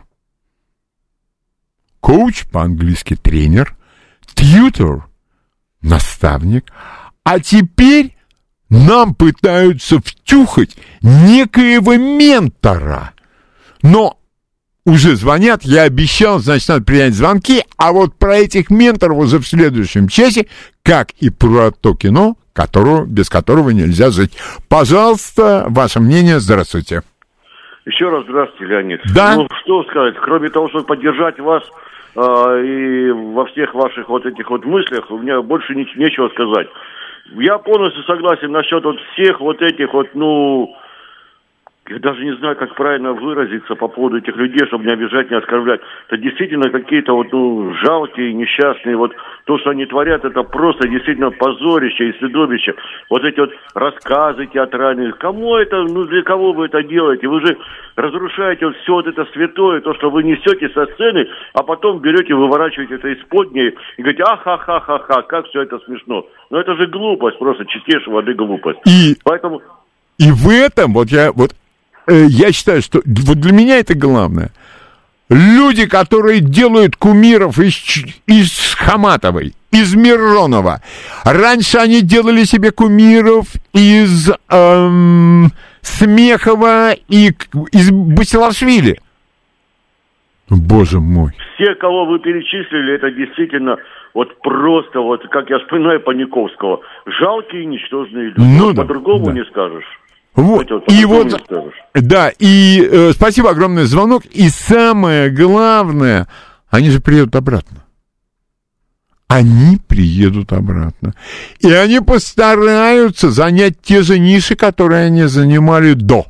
Коуч по-английски тренер, тьютор наставник. А теперь нам пытаются втюхать некоего ментора. Но уже звонят, я обещал, значит, надо принять звонки, а вот про этих менторов уже в следующем часе, как и про то кино, которого, без которого нельзя жить. Пожалуйста, ваше мнение, здравствуйте. Еще раз здравствуйте, Леонид. Да. Ну, что сказать, кроме того, чтобы поддержать вас э, и во всех ваших вот этих вот мыслях, у меня больше не, нечего сказать. Я полностью согласен насчет вот всех вот этих вот, ну, я даже не знаю, как правильно выразиться по поводу этих людей, чтобы не обижать, не оскорблять. Это действительно какие-то вот, ну, жалкие, несчастные, вот то, что они творят, это просто действительно позорище и стыдобище. Вот эти вот рассказы театральные, кому это, ну, для кого вы это делаете? Вы же разрушаете вот все вот это святое, то, что вы несете со сцены, а потом берете, выворачиваете это из-под ней и говорите, ах-ха-ха-ха-ха, как все это смешно. Но это же глупость, просто чистейшей воды глупость. И, Поэтому... и в этом, вот я, вот, э, я считаю, что вот для меня это главное. Люди, которые делают кумиров из, из Хаматовой, из Миронова. Раньше они делали себе кумиров из эм, Смехова и из Басилашвили. Боже мой. Все, кого вы перечислили, это действительно вот просто, вот как я вспоминаю Паниковского, жалкие и ничтожные люди. Ну, вот да, по-другому да. не скажешь. Вот, вот и вот, да, и э, спасибо огромное за звонок, и самое главное, они же приедут обратно. Они приедут обратно. И они постараются занять те же ниши, которые они занимали до.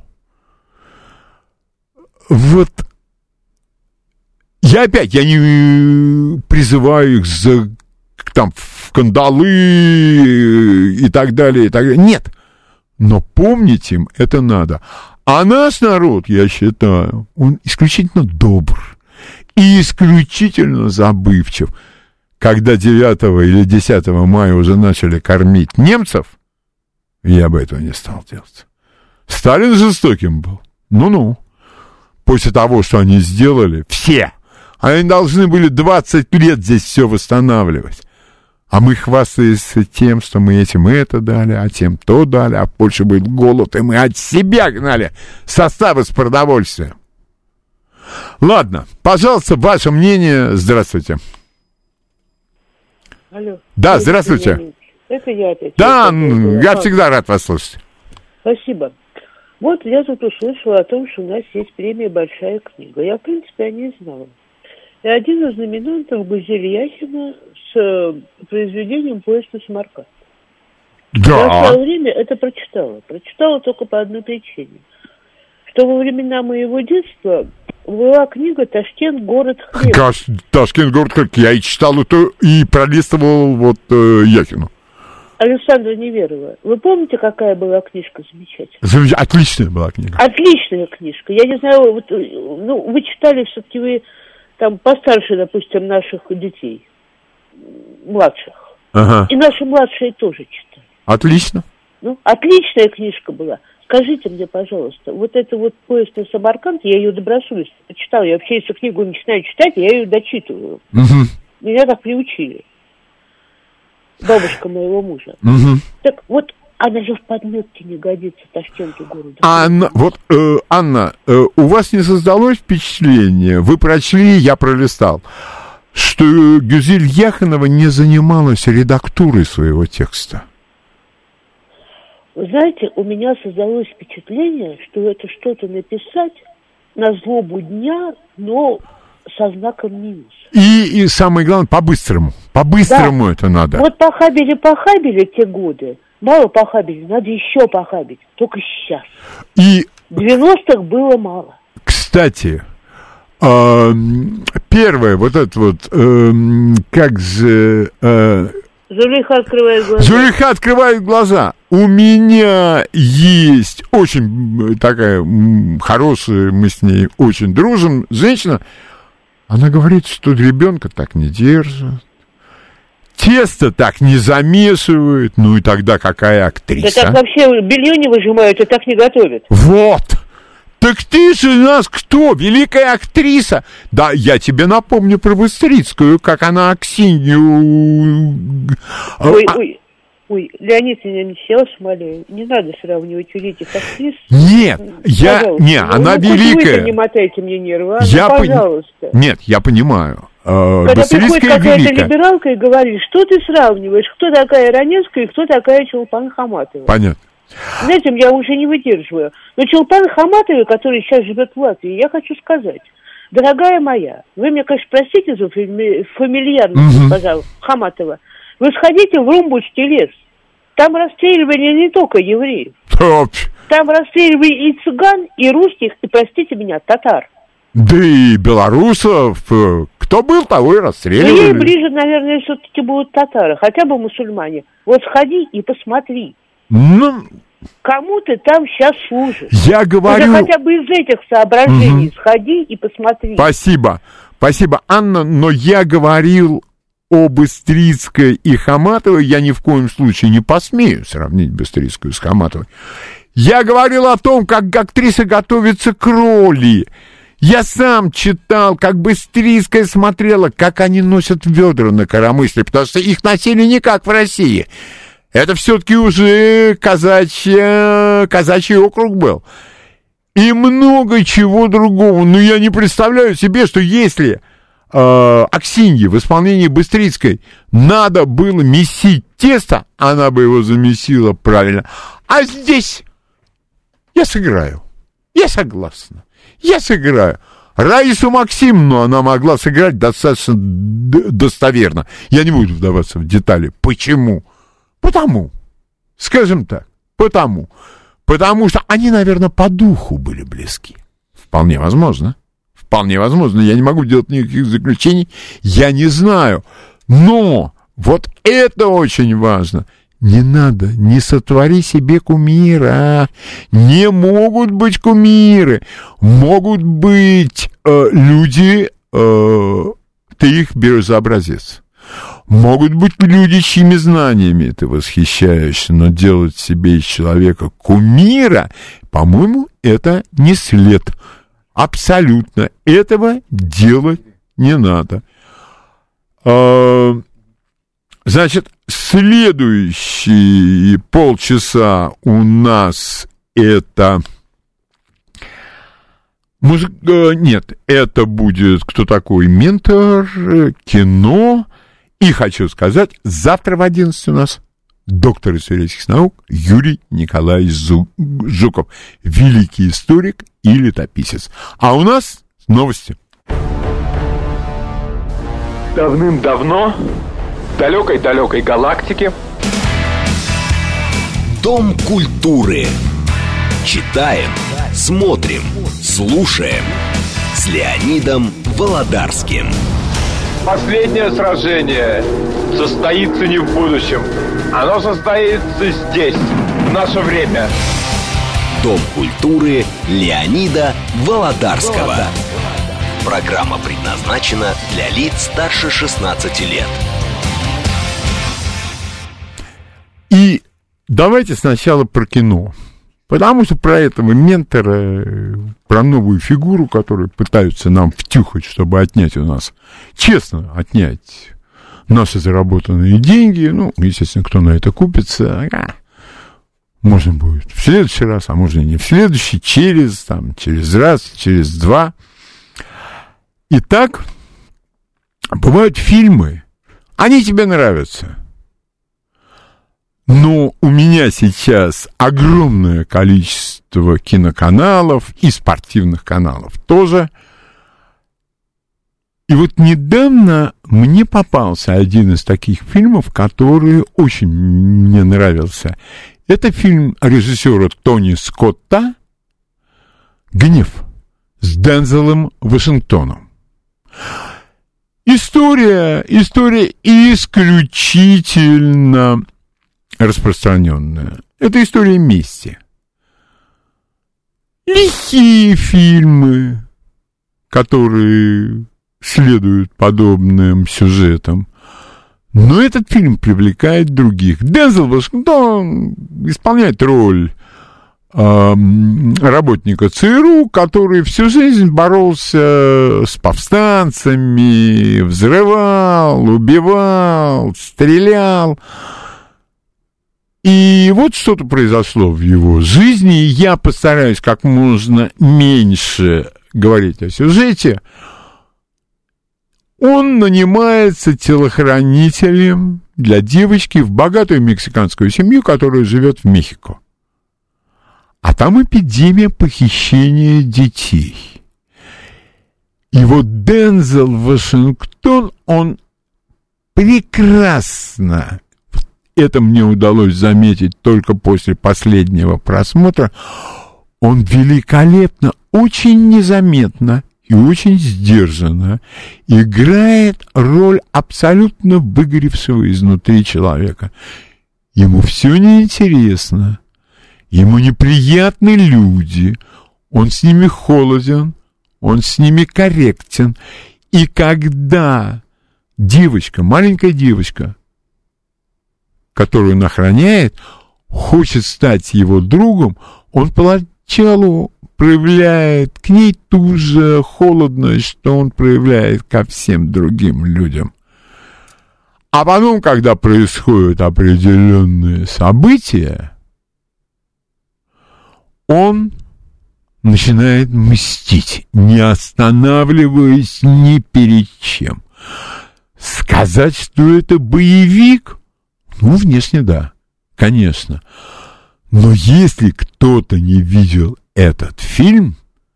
Вот. Я опять, я не призываю их за, там, в кандалы и так далее, и так далее. Нет. Но помнить им это надо. А наш народ, я считаю, он исключительно добр и исключительно забывчив. Когда девятого или десятого мая уже начали кормить немцев, я бы этого не стал делать. Сталин жестоким был. Ну-ну. После того, что они сделали, все. Они должны были двадцать лет здесь все восстанавливать. А мы хвастаемся тем, что мы этим это дали, а тем то дали, а в Польше был голод, и мы от себя гнали составы с продовольствием. Ладно, пожалуйста, ваше мнение. Здравствуйте. Алло. Да, здравствуйте. Это я опять. Да, это, я это, всегда рад вас слышать. Спасибо. Вот я тут услышала о том, что у нас есть премия «Большая книга». Я, в принципе, о ней знала. И один из номинантов Гузель Яхина с произведением «Поезд на Самарканд». Да. Я в свое время это прочитала. Прочитала только по одной причине. что во времена моего детства была книга «Ташкент. Город хлеба». Каш... Ташкент, город хлеба. Я и читал это, и пролистывал вот э, Яхину. Александра Неверова. Вы помните, какая была книжка замечательная? Замеч... Отличная была книга. Отличная книжка. Я не знаю, вот, ну, вы читали все-таки вы там постарше, допустим, наших детей, младших. Ага. И наши младшие тоже читали. Отлично. Ну, отличная книжка была. Скажите мне, пожалуйста, вот это вот «Поезд на Самарканд», я ее добросовестно почитала. Я вообще, если книгу начинаю читать, я ее дочитываю. Угу. Меня так приучили. Бабушка моего мужа. Угу. Так вот, она же в подметке не годится Ташкенту города. Анна, вот, э, Анна, э, у вас не создалось впечатление, вы прочли, я пролистал, что Гюзель Яхонова не занималась редактурой своего текста? Вы знаете, у меня создалось впечатление, что это что-то написать на злобу дня, но со знаком минус. И, и самое главное, по-быстрому. По-быстрому да. Это надо. Вот похабили-похабили те годы. Мало похабили, надо еще похабить. Только сейчас. И... В девяностых было мало. Кстати, э, первое, вот это вот, э, как же... Э, Зулейха открывает глаза. Зулейха открывает глаза. У меня есть очень такая хорошая, мы с ней очень дружим, женщина. Она говорит, что ребенка так не держат, тесто так не замешивают, ну и тогда какая актриса? Да так вообще белье не выжимают и так не готовят. Вот. Так ты же у нас кто? Великая актриса. Да, я тебе напомню про Быстрицкую, как она Аксинью... Ой, а... ой, ой, Леонид Ильич, я вас умоляю, не надо сравнивать великих актрис. Нет, я... Пожалуйста. Не, она ну, великая. Вы не мотайте мне нервы, а? Я ну, пон... пожалуйста. Нет, я понимаю. Когда приходит какая-то либералка и говорит, что ты сравниваешь, кто такая Раневская и кто такая Чулпан Хаматова. Понятно. Знаете, я уже не выдерживаю. Но Чулпан Хаматовой, который сейчас живет в Латвии, я хочу сказать, дорогая моя, вы мне, конечно, простите за фамильярность, угу. пожалуйста, Хаматова, вы сходите в Румбульский лес, там расстреливали не только евреев, Топ. там расстреливали и цыган, и русских, и, простите меня, татар. Да и белорусов, кто был, того и расстреливали. Ей ближе, наверное, все-таки будут татары, хотя бы мусульмане. Вот сходи и посмотри. Ну, кому ты там сейчас служишь? Я говорю... Уже хотя бы из этих соображений угу. сходи и посмотри. Спасибо, спасибо, Анна, но я говорил о Быстрицкой и Хаматовой, я ни в коем случае не посмею сравнить Быстрицкую с Хаматовой. Я говорил о том, как актриса готовится к роли. Я сам читал, как Быстрицкая смотрела, как они носят ведра на коромысле, потому что их носили не как в России. Это все-таки уже казачья, казачий округ был. И много чего другого. Но я не представляю себе, что если э, Аксинье в исполнении Быстрицкой надо было месить тесто, она бы его замесила правильно. А здесь я сыграю. Я согласна. Я сыграю. Раису Максимовну она могла сыграть достаточно достоверно. Я не буду вдаваться в детали. Почему? Потому, скажем так, потому, потому что они, наверное, по духу были близки. Вполне возможно, вполне возможно, я не могу делать никаких заключений, я не знаю, но вот это очень важно. Не надо, не сотвори себе кумира, не могут быть кумиры, могут быть э, люди, э, ты их берешь за образец. Могут быть люди, чьими знаниями ты восхищаешься, но делать себе из человека кумира, по-моему, это не след. Абсолютно. Этого делать не надо. Значит, следующие полчаса у нас это... Музыка... Нет, это будет «Кто такой ментор?», кино... И хочу сказать, завтра в одиннадцать у нас доктор исторических наук Юрий Николаевич Жуков, великий историк и летописец. А у нас новости. Давным-давно, в далекой-далекой галактике, Дом культуры. Читаем, смотрим, слушаем с Леонидом Володарским. Последнее сражение состоится не в будущем. Оно состоится здесь, в наше время. Дом культуры Леонида Володарского. Программа предназначена для лиц старше шестнадцати лет. И давайте сначала про кино. Потому что про этого ментора, про новую фигуру, которую пытаются нам втюхать, чтобы отнять у нас, честно отнять наши заработанные деньги, ну, естественно, кто на это купится, а, можно будет в следующий раз, а можно и не в следующий, через, там, через раз, через два. Итак, бывают фильмы, они тебе нравятся. Но у меня сейчас огромное количество киноканалов и спортивных каналов тоже. И вот недавно мне попался один из таких фильмов, который очень мне нравился. Это фильм режиссера Тони Скотта «Гнев» с Дензелом Вашингтоном. История, история исключительно распространенная. Это история мести. Лихие фильмы, которые следуют подобным сюжетам. Но этот фильм привлекает других. Дензел Вашингтон исполняет роль э, работника ЦРУ, который всю жизнь боролся с повстанцами, взрывал, убивал, стрелял. И вот что-то произошло в его жизни, и я постараюсь как можно меньше говорить о сюжете. Он нанимается телохранителем для девочки в богатую мексиканскую семью, которая живет в Мехико. А там эпидемия похищения детей. И вот Дензел Вашингтон, он прекрасно... Это мне удалось заметить только после последнего просмотра. Он великолепно, очень незаметно и очень сдержанно играет роль абсолютно выгоревшего изнутри человека. Ему все неинтересно, ему неприятны люди, он с ними холоден, он с ними корректен. И когда девочка, маленькая девочка, которую он охраняет, хочет стать его другом, он поначалу проявляет к ней ту же холодность, что он проявляет ко всем другим людям. А потом, когда происходят определенные события, он начинает мстить, не останавливаясь ни перед чем. Сказать, что это боевик? Ну, внешне да, конечно. Но если кто-то не видел этот фильм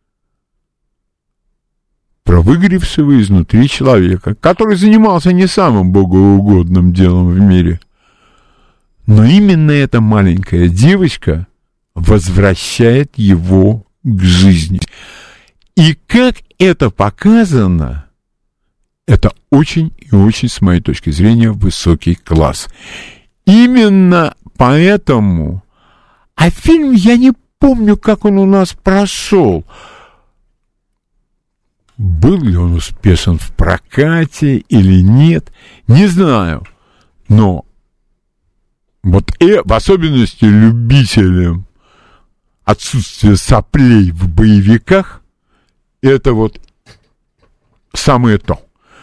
про выгоревшего изнутри человека, который занимался не самым богоугодным делом в мире, но именно эта маленькая девочка возвращает его к жизни. И как это показано, это очень и очень, с моей точки зрения, высокий класс. Именно поэтому... А фильм, я не помню, как он у нас прошел. Был ли он успешен в прокате или нет, не знаю. Но вот э, в особенности любителям отсутствия соплей в боевиках, это вот самое то.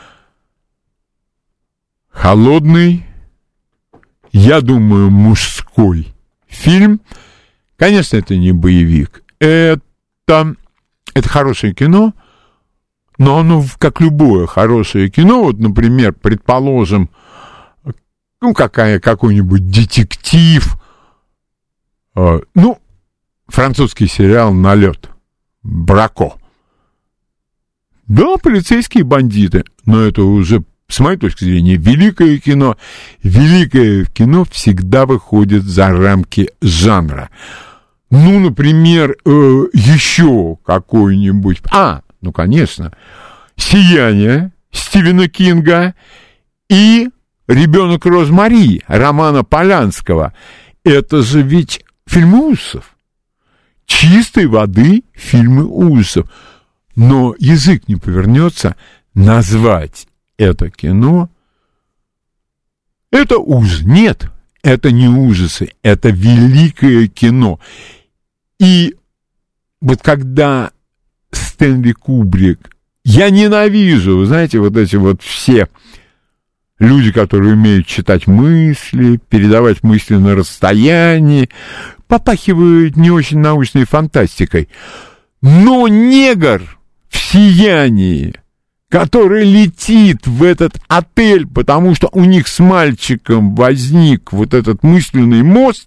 Холодный, я думаю, мужской фильм. Конечно, это не боевик. Это, это хорошее кино, но оно, как любое хорошее кино, вот, например, предположим, ну, какая, какой-нибудь детектив, э, ну, французский сериал «Налет», «Брако». Да, полицейские бандиты, но это уже, с моей точки зрения, великое кино. Великое кино всегда выходит за рамки жанра. Ну, например, э, еще какой-нибудь... А, ну, конечно, «Сияние» Стивена Кинга и «Ребенок Розмари» Романа Поланского. Это же ведь фильмы ужасов. Чистой воды фильмы ужасов. Но язык не повернется назвать это кино. Это ужас. Нет, это не ужасы. Это великое кино. И вот когда Стэнли Кубрик... Я ненавижу, вы знаете, вот эти вот все люди, которые умеют читать мысли, передавать мысли на расстоянии, попахивают не очень научной фантастикой. Но негр в «Сиянии», который летит в этот отель, потому что у них с мальчиком возник вот этот мысленный мост,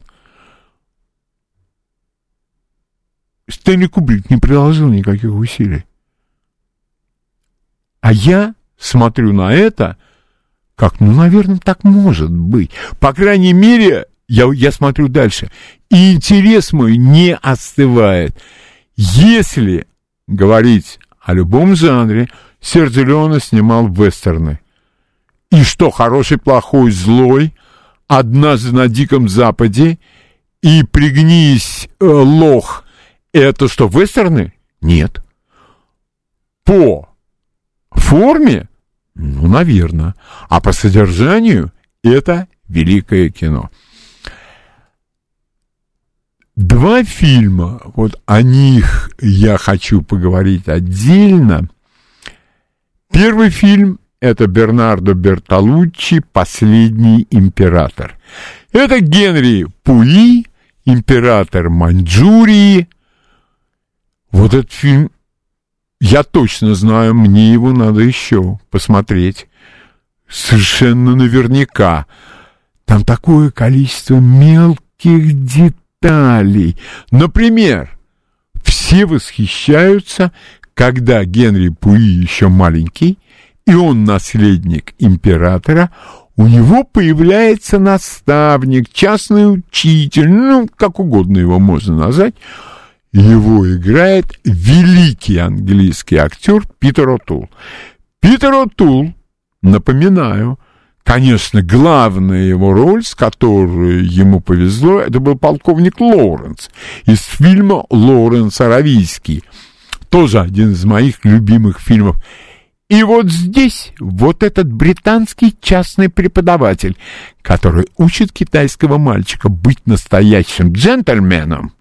Стэнли Кубрик не приложил никаких усилий. А я смотрю на это, как, ну, наверное, так может быть. По крайней мере, я, я смотрю дальше, и интерес мой не остывает. Если говорить о любом жанре, Серджио Леоне снимал вестерны. И что, «Хороший, плохой, злой», «Однажды на Диком Западе» и «Пригнись, э, лох» — это что, вестерны? Нет. По форме? Ну, наверное. А по содержанию это великое кино. Два фильма, вот о них я хочу поговорить отдельно. Первый фильм — это Бернардо Бертолуччи «Последний император». Это Генри Пуи, император Маньчжурии. Вот этот фильм, я точно знаю, мне его надо еще посмотреть. Совершенно наверняка. Там такое количество мелких деталей. Например, все восхищаются, когда Генри Пуи еще маленький, и он наследник императора, у него появляется наставник, частный учитель, ну, как угодно его можно назвать. Его играет великий английский актер Питер О'Тул. Питер О'Тул, напоминаю, конечно, главная его роль, с которой ему повезло, это был полковник Лоуренс из фильма «Лоуренс Аравийский». Тоже один из моих любимых фильмов. И вот здесь вот этот британский частный преподаватель, который учит китайского мальчика быть настоящим джентльменом,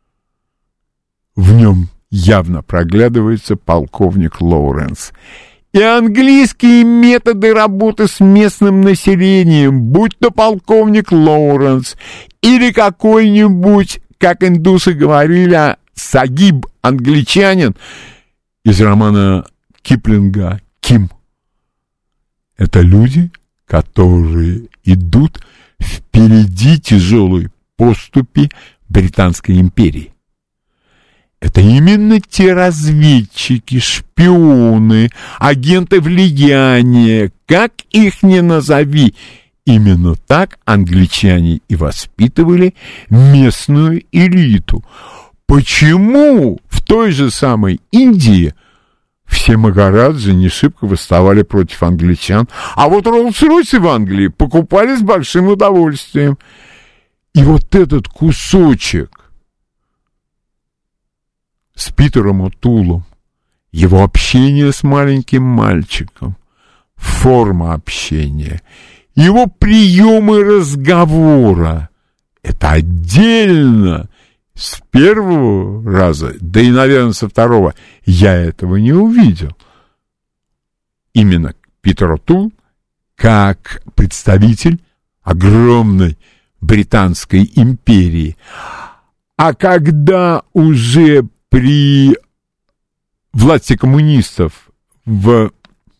в нем явно проглядывается полковник Лоуренс. И английские методы работы с местным населением, будь то полковник Лоуренс или какой-нибудь, как индусы говорили, сагиб, англичанин из романа Киплинга «Ким». Это люди, которые идут впереди тяжелой поступи Британской империи. Это именно те разведчики, шпионы, агенты влияния, как их ни назови. Именно так англичане и воспитывали местную элиту. Почему в той же самой Индии все магараджи не шибко восставали против англичан, а вот Роллс-Ройсы в Англии покупали с большим удовольствием? И вот этот кусочек с Питером О'Тулом, его общение с маленьким мальчиком, форма общения, его приемы разговора, это отдельно. С первого раза, да и, наверное, со второго, я этого не увидел. Именно Питер О'Тул, как представитель огромной Британской империи. А когда уже при власти коммунистов в,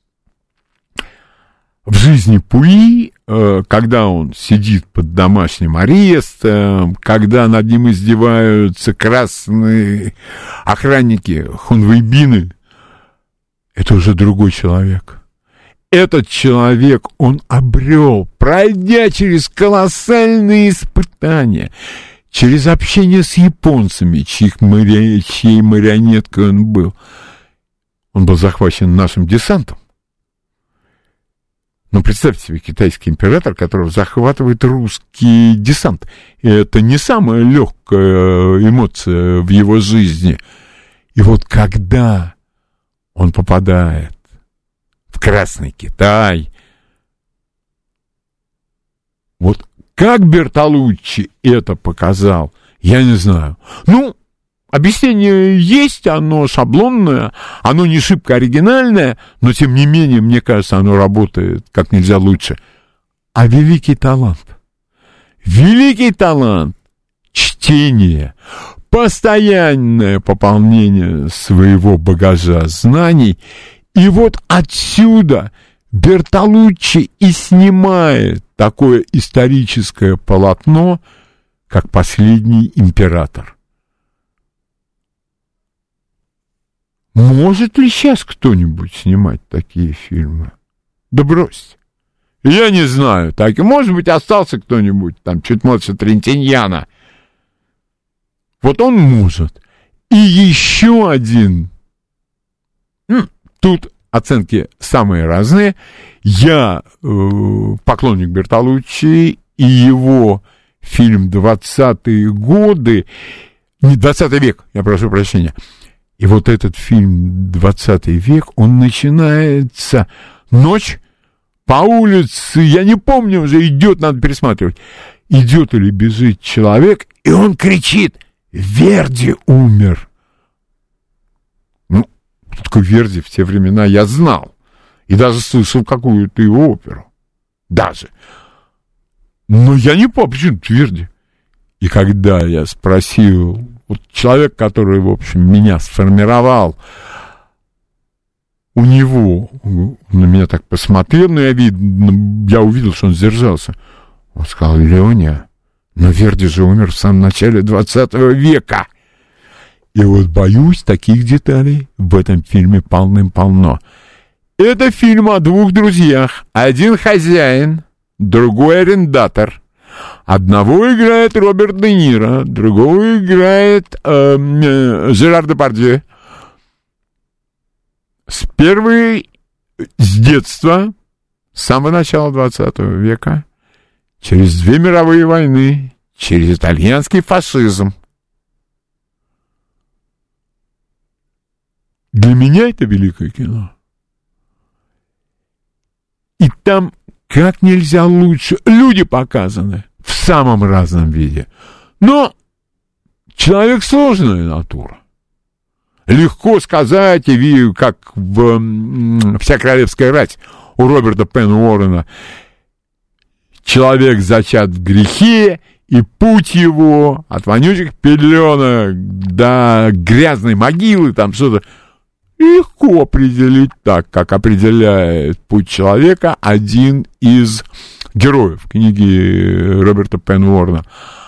в жизни Пуи, э, когда он сидит под домашним арестом, когда над ним издеваются красные охранники хунвейбины, это уже другой человек. Этот человек, он обрел, пройдя через колоссальные испытания, через общение с японцами, чьих мари... чьей марионеткой он был. Он был захвачен нашим десантом. Ну, представьте себе, китайский император, который захватывает русский десант. И это не самая легкая эмоция в его жизни. И вот когда он попадает в Красный Китай, вот как Бертолуччи это показал, я не знаю. Ну, объяснение есть, оно шаблонное, оно не шибко оригинальное, но, тем не менее, мне кажется, оно работает как нельзя лучше. А великий талант, великий талант, чтение, постоянное пополнение своего багажа знаний, и вот отсюда Бертолуччи и снимает такое историческое полотно, как «Последний император». Может ли сейчас кто-нибудь снимать такие фильмы? Да брось. Я не знаю. Так, может быть, остался кто-нибудь, там, чуть младше Трентиньяна. Вот он может. И еще один. Тут оценки самые разные. Я э, поклонник Бертолуччи, и его фильм «двадцатые годы», не «двадцатый век», я прошу прощения. И вот этот фильм «двадцатый век», он начинается ночь по улице, я не помню уже, идет, надо пересматривать, идет или бежит человек, и он кричит: «Верди умер!» Ну, кто такой Верди в те времена, я знал. И даже слышал какую-то его оперу. Даже. Но я не помню, почему Верди. И когда я спросил, вот человек, который, в общем, меня сформировал, у него, он на меня так посмотрел, но я, вид, я увидел, что он сдержался. Он сказал: «Леня, но Верди же умер в самом начале двадцатого века». И вот, боюсь, таких деталей в этом фильме полным-полно. Это фильм о двух друзьях. Один хозяин, другой арендатор. Одного играет Роберт Де Ниро, другого играет э, э, Жерар Депардье. С первой, с детства, с самого начала двадцатого века, через две мировые войны, через итальянский фашизм. Для меня это великое кино. И там как нельзя лучше люди показаны в самом разном виде. Но человек сложная натура. Легко сказать, и как в «Вся королевская рать» у Роберта Пен Уоррена. Человек зачат в грехе, и путь его от вонючих пеленок до грязной могилы, там что-то, легко определить так, как определяет путь человека один из героев книги Роберта Пен Уоррена.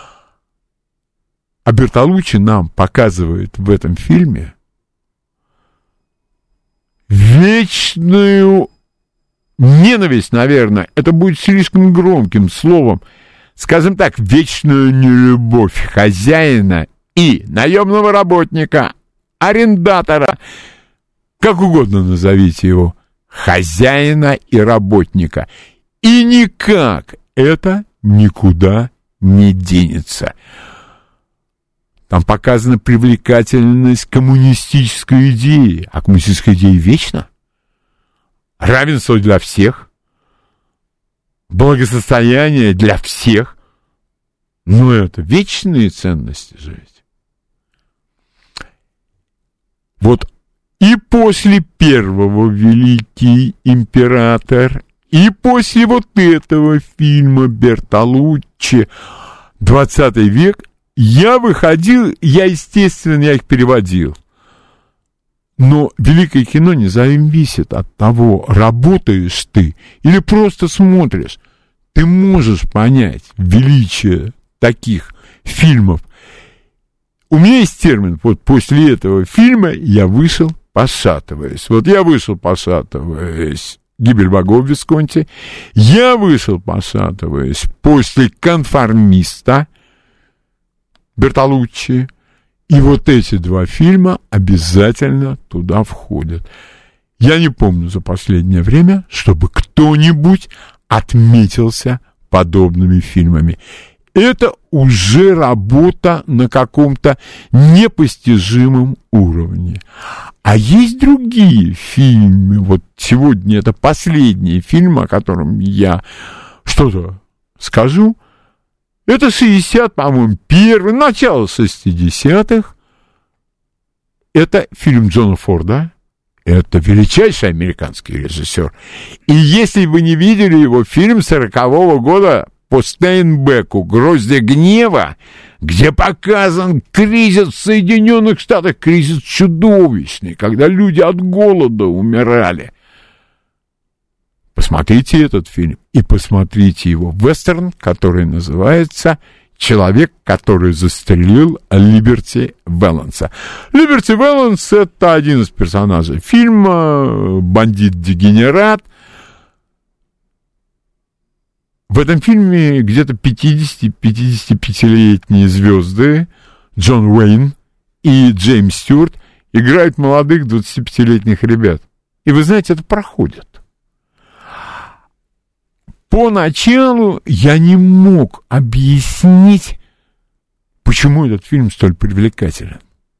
А Бертолуччи нам показывает в этом фильме вечную ненависть, наверное, это будет слишком громким словом, скажем так, вечную нелюбовь хозяина и наемного работника, арендатора, как угодно назовите его, хозяина и работника. И никак это никуда не денется. Там показана привлекательность коммунистической идеи. А коммунистическая идея вечна. Равенство для всех. Благосостояние для всех. Но это вечные ценности же ведь. Вот и после первого «Великий император», и после вот этого фильма Бертолуччи «двадцатый век» я выходил, я, естественно, я их переводил. Но великое кино не зависит от того, работаешь ты или просто смотришь. Ты можешь понять величие таких фильмов. У меня есть термин, вот после этого фильма я вышел, пошатываясь. Вот я вышел, пошатываясь, «Гибель богов» Висконти. Я вышел, пошатываясь, после «Конформиста». Бертолуччи. И вот эти два фильма обязательно туда входят. Я не помню за последнее время, чтобы кто-нибудь отметился подобными фильмами. Это уже работа на каком-то непостижимом уровне. А есть другие фильмы. Вот сегодня это последний фильм, о котором я что-то скажу. Это шестьдесят, по-моему, первый, начало шестидесятых. Это фильм Джона Форда. Это величайший американский режиссер. И если вы не видели его, фильм сорокового года по Стейнбеку «Гроздья гнева», где показан кризис в Соединенных Штатах, кризис чудовищный, когда люди от голода умирали. Посмотрите этот фильм и посмотрите его вестерн, который называется «Человек, который застрелил Либерти Вэланса». Либерти Вэланс — это один из персонажей фильма, бандит-дегенерат. В этом фильме где-то пятидесяти-пятидесятипятилетние звезды Джон Уэйн и Джеймс Стюарт играют молодых двадцатипятилетних ребят. И вы знаете, это проходит. Поначалу я не мог объяснить, почему этот фильм столь привлекателен.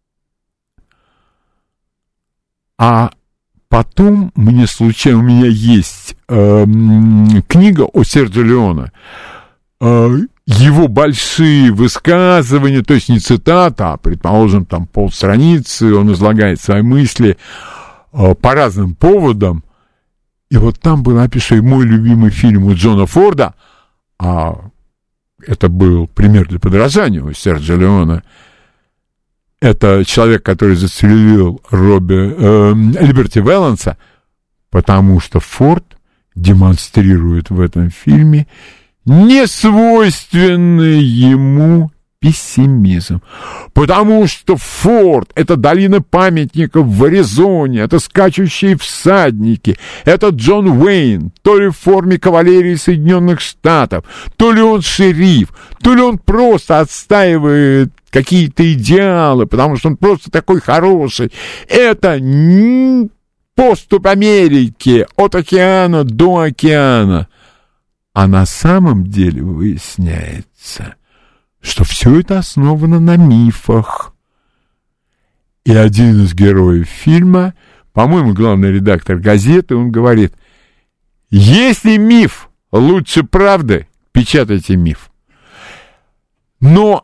А потом мне случайно, у меня есть э, книга о Серджио Леоне, э, его большие высказывания, то есть не цитата, а, предположим, там полстраницы, он излагает свои мысли э, по разным поводам. И вот там был написан мой любимый фильм у Джона Форда, а это был пример для подражания у Серджио Леоне. Это человек, который застрелил Робби, э, Либерти Вэланса, потому что Форд демонстрирует в этом фильме несвойственный ему пессимизм. Потому что Форд — это долина памятников в Аризоне, это скачущие всадники, это Джон Уэйн, то ли в форме кавалерии Соединенных Штатов, то ли он шериф, то ли он просто отстаивает какие-то идеалы, потому что он просто такой хороший. Это поступь Америки от океана до океана. А на самом деле выясняется, что все это основано на мифах. И один из героев фильма, по-моему, главный редактор газеты, он говорит: если миф лучше правды, печатайте миф. Но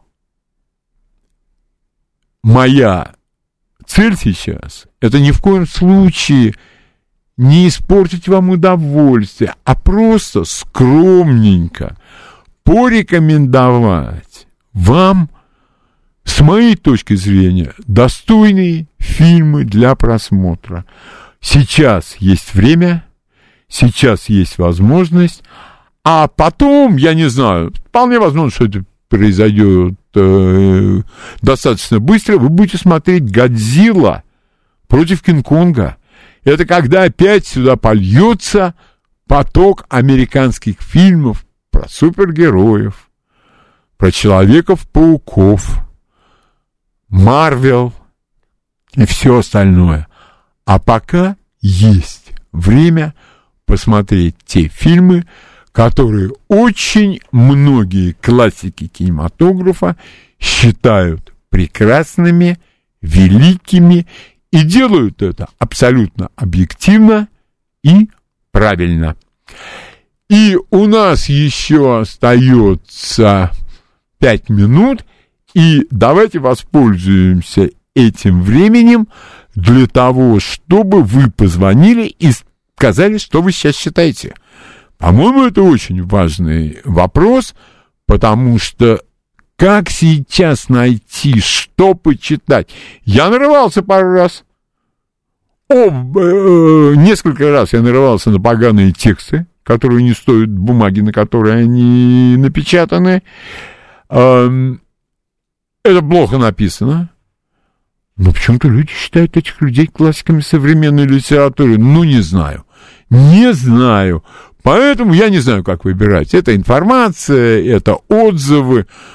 моя цель сейчас — это ни в коем случае не испортить вам удовольствие, а просто скромненько порекомендовать вам, с моей точки зрения, достойные фильмы для просмотра. Сейчас есть время, сейчас есть возможность, а потом, я не знаю, вполне возможно, что это произойдет э, достаточно быстро, вы будете смотреть «Годзилла против Кинг-Конга». Это когда опять сюда польется поток американских фильмов про супергероев, про Человеков-пауков, Марвел и все остальное. А пока есть время посмотреть те фильмы, которые очень многие классики кинематографа считают прекрасными, великими и делают это абсолютно объективно и правильно. И у нас еще остается пять минут, и давайте воспользуемся этим временем для того, чтобы вы позвонили и сказали, что вы сейчас считаете. По-моему, это очень важный вопрос, потому что как сейчас найти, что почитать? Я нарывался пару раз. О, э, несколько раз я нарывался на поганые тексты, которые не стоят бумаги, на которой они напечатаны. Это плохо написано. Но почему-то люди считают этих людей классиками современной литературы. Ну, не знаю. Не знаю. Поэтому я не знаю, как выбирать. Это информация, это отзывы.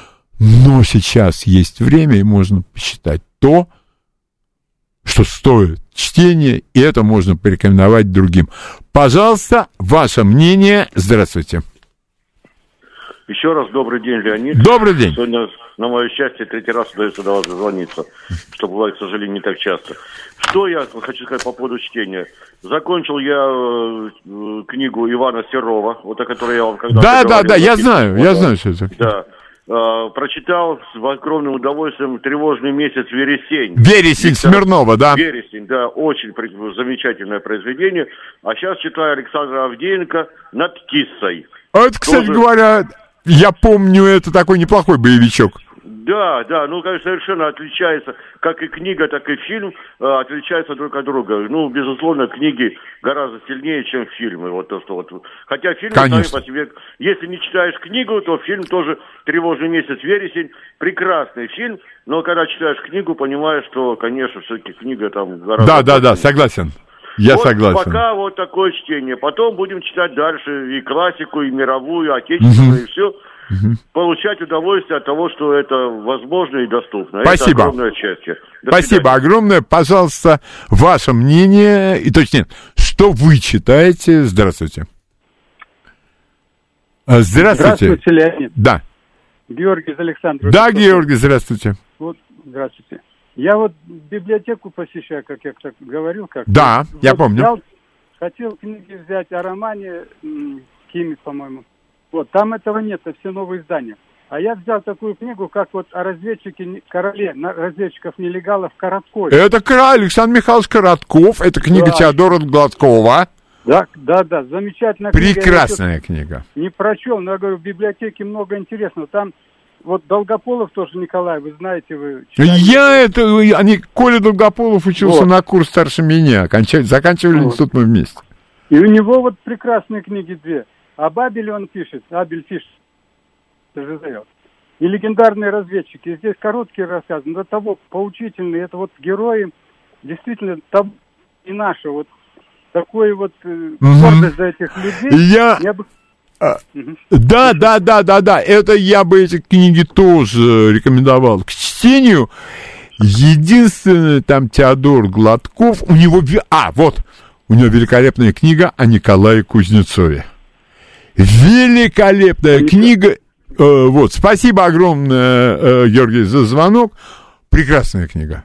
Но сейчас есть время, и можно посчитать то, что стоит чтения, и это можно порекомендовать другим. Пожалуйста, ваше мнение. Здравствуйте. Еще раз добрый день, Леонид. Добрый день. Сегодня, на мое счастье, третий раз удается до вас дозвониться, что бывает, к сожалению, не так часто. Что я хочу сказать по поводу чтения? Закончил я э, книгу Ивана Серова, вот о которой я вам когда-то да, говорил. Да, да, я знаю, вот, я знаю, что это. Да. Э, прочитал с огромным удовольствием «Тревожный месяц. Вересень». Вересень Виктор... Смирнова, да. Вересень, да, очень замечательное произведение. А сейчас читаю Александра Авдеенко «Над Тиссой». Это, кстати Тоже... говоря, я помню, это такой неплохой боевичок. Да, да, ну, конечно, совершенно отличается, как и книга, так и фильм э, отличаются друг от друга. Ну, безусловно, книги гораздо сильнее, чем фильмы. Вот то, что вот. Хотя фильмы сами по себе, если не читаешь книгу, то фильм тоже «Тревожный месяц. Вересень». Прекрасный фильм, но когда читаешь книгу, понимаешь, что, конечно, все-таки книга там гораздо... Да, да, да, согласен. Я вот согласен. Пока вот такое чтение. Потом будем читать дальше и классику, и мировую, отечественную, угу. и все. Угу. Получать удовольствие от того, что это возможно и доступно. Спасибо. Это огромное счастье. До Спасибо свидания. огромное. Пожалуйста, ваше мнение, и точнее, что вы читаете? Здравствуйте. Здравствуйте. Здравствуйте, Леонид. Да. Георгий из Александровича. Да, Георгий, здравствуйте. Вот, здравствуйте. Я вот библиотеку посещаю, как я так говорил. Как да, вот я помню. Взял, хотел книги взять о романе м, Кими, по-моему. Вот, там этого нет, это все новые издания. А я взял такую книгу, как вот о разведчике, короле разведчиков-нелегалов Короткове. Это Александр Михайлович Коротков, это книга да. Теодора Гладкова. Да, да, да, замечательная книга. Прекрасная книга. Не прочел, но я говорю, в библиотеке много интересного. Там вот Долгополов тоже, Николай, вы знаете, вы... Читали? Я это... Они, Коля Долгополов учился вот. на курс старше меня. Кончали, заканчивали вот. институт мы вместе. И у него вот прекрасные книги две. О Бабеле он пишет, Абель пишет, и легендарные разведчики. И здесь короткие рассказы, но до того поучительные. Это вот герои, действительно, там и наши, вот такой вот угу. гордость за этих людей. Я... я бы... а, угу. Да, да, да, да, да. Это я бы эти книги тоже рекомендовал к чтению. Единственное, там Теодор Гладков, у него... А, вот, у него великолепная книга о Николае Кузнецове. Великолепная книга. Э, вот, спасибо огромное, э, Георгий, за звонок. Прекрасная книга.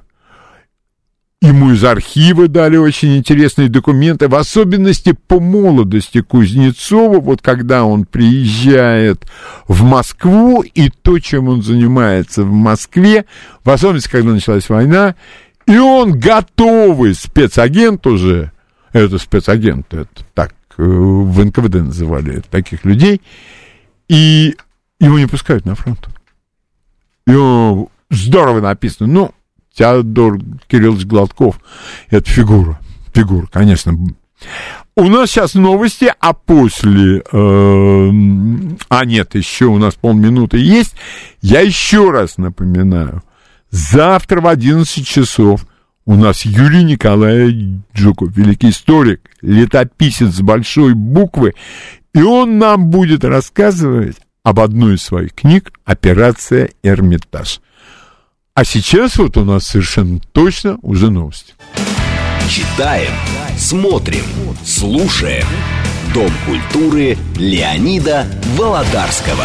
Ему из архива дали очень интересные документы, в особенности по молодости Кузнецова, вот когда он приезжает в Москву, и то, чем он занимается в Москве, в особенности, когда началась война, и он готовый спецагент уже, это спецагент, это так, в эн ка вэ дэ называли таких людей, и его не пускают на фронт. И он, здорово написано. Ну, Теодор Кириллович Гладков — это фигура. Фигура, конечно. У нас сейчас новости, а после... Э, а нет, еще у нас полминуты есть. Я еще раз напоминаю. Завтра в одиннадцать часов у нас Юрий Николаевич Жуков, великий историк, летописец с большой буквы, и он нам будет рассказывать об одной из своих книг «Операция Эрмитаж». А сейчас вот у нас совершенно точно уже новости. Читаем, смотрим, слушаем. Дом культуры Леонида Володарского.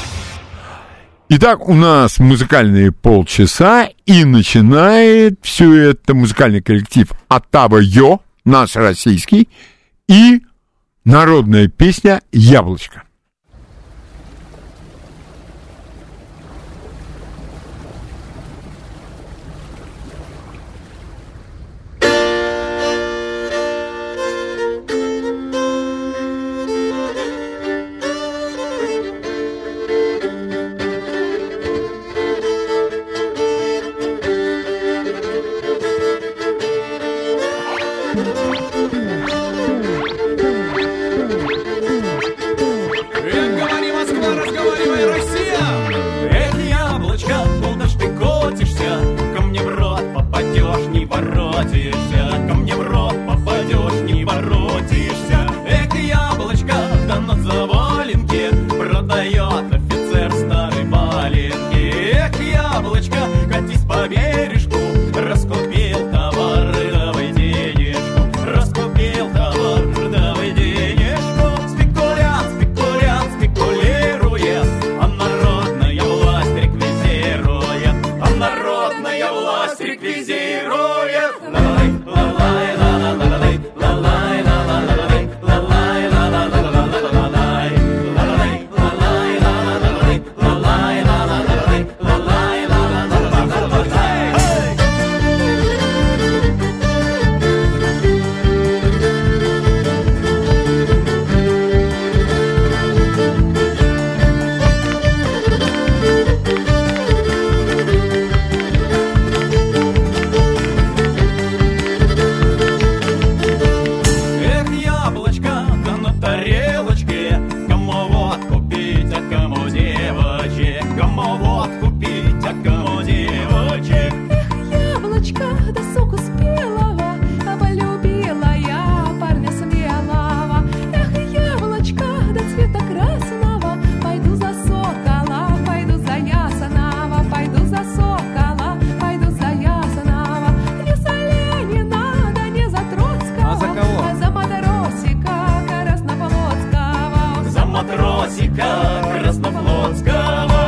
Итак, у нас музыкальные полчаса, и начинает все это музыкальный коллектив Оттава Йо, наш российский, и народная песня «Яблочко». Продает офицер старой валенки. мальчик, кому водку пить, а кому девочек. Эх, яблочко, да соку спелого, а полюбила я парня смелого. Эх, яблочко, да цвета красного, пойду за сокола, пойду за ясного, пойду за сокола, пойду за ясного. Не за Ленина, да не за Троцкого, а за кого? А за матросика Краснофлотского. За матросика Краснофлотского.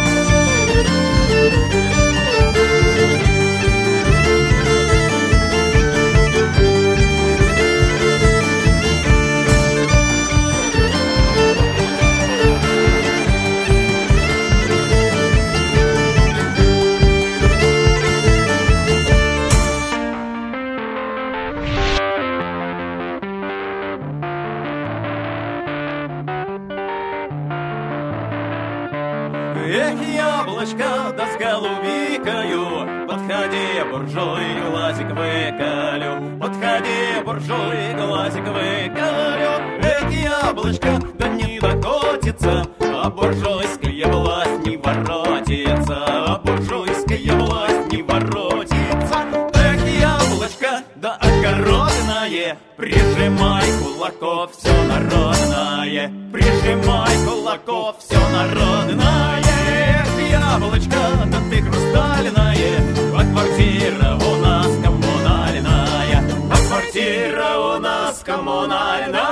Эх, яблочко, да с голубикою, подходи, буржуй, глазик выколю. Подходи, буржуй, глазик выколю. Эх, яблочко, да не докотится, а буржуйская власть не воротится, а буржуйская власть не воротится. Эх, яблочко, да огородное, прижимай кулаков, все народное, прижимай кулаков, все народное. Яблочко, да ты хрустальное, а квартира у нас коммунальная, а квартира у нас коммунальная.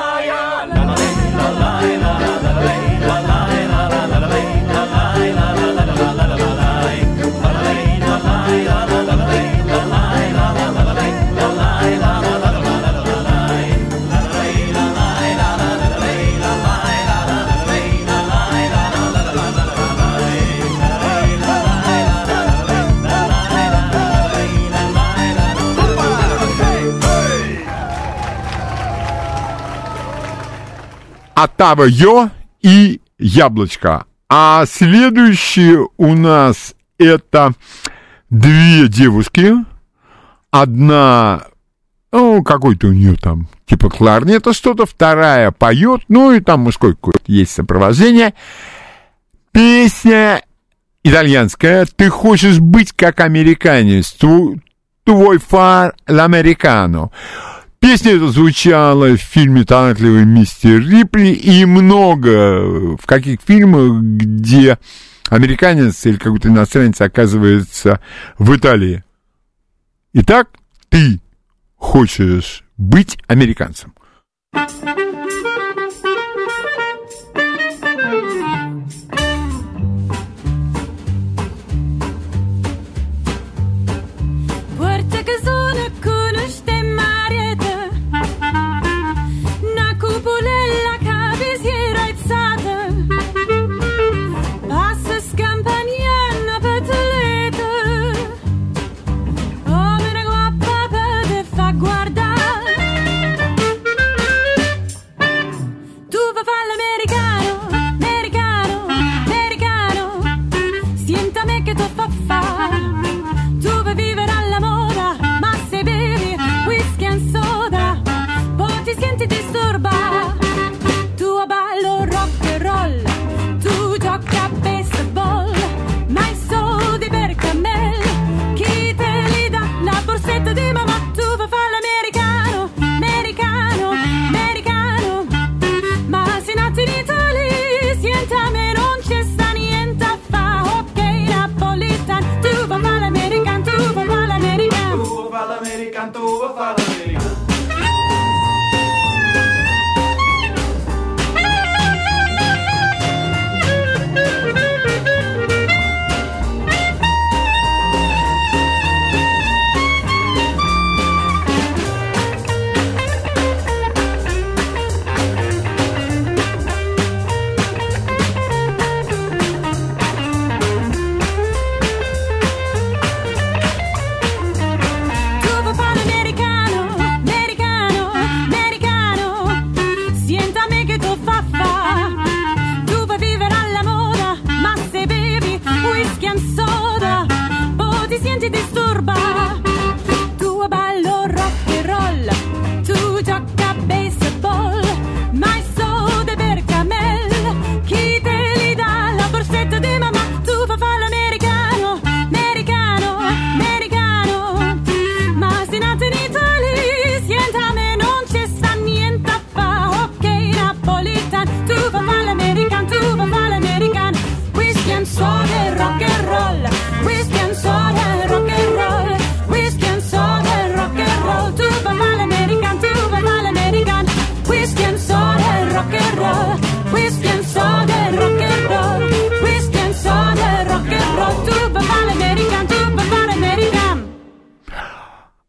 Оттава Йо и Яблочко. А следующие у нас это две девушки. Одна, ну, какой-то у нее там типа кларнета что-то, вторая поет, ну и там мужской какой-то есть сопровождение. Песня итальянская «Ты хочешь быть как американец», «Твой фар l'americano». Песня эта звучала в фильме «Талантливый мистер Рипли» и много в каких фильмах, где американец или какой-то иностранец оказывается в Италии. Итак, ты хочешь быть американцем.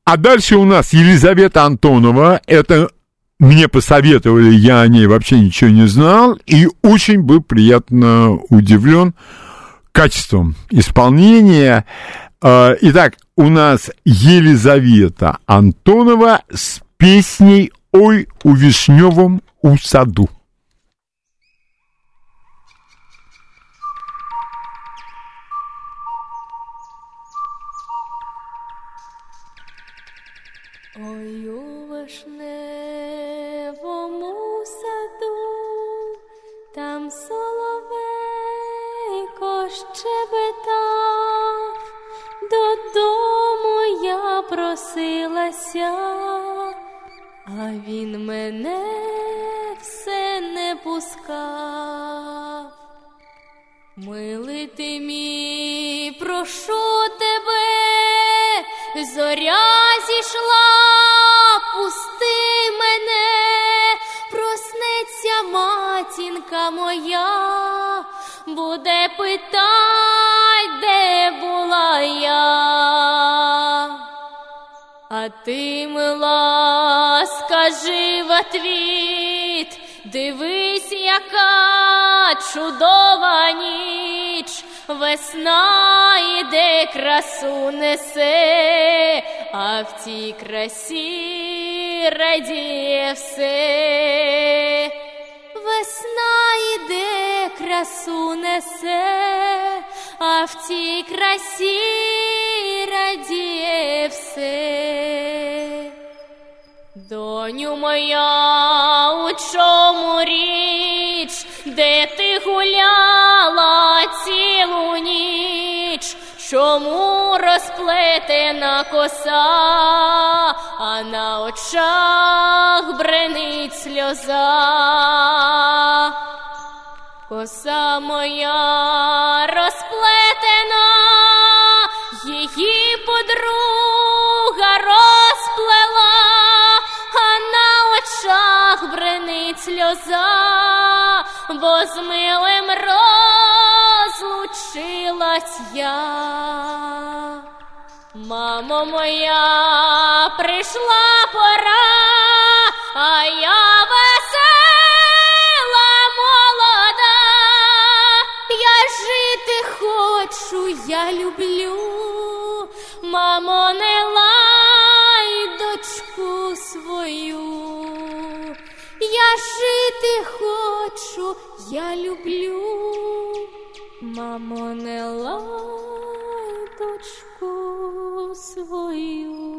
А дальше у нас Елизавета Антонова. Это мне посоветовали, я о ней вообще ничего не знал. И очень был приятно удивлен качеством исполнения. Итак, у нас Елизавета Антонова с песней «Ой, у вишневом у саду». Ой, у вишневому саду, там соловейко щебетав, додому я просилася, а він мене все не пускав. Милий ти мій, прошу тебе, зоря зійшла, пусти мене, проснеться матінка моя, буде питать, де була я. А ти, мила, скажи в отвіт, дивись, яка чудова ніч, весна іде, красу несе, а в цій красі радіє все. Весна іде, красу несе, а в цій красі радіє все. Доню моя, у чому річ, де ти гуляла цілу ніч? Чому розплетена коса, а на очах бренить сльоза? Коса моя розплетена, її подруга розплела, а на очах бренить сльоза, бо з милим розлучилась я. Мамо моя, прийшла пора, а я весела молода. Я жити хочу, я люблю, мамо, не лай дочку свою. Я жити хочу, я люблю, мамо, не лай дочку свою.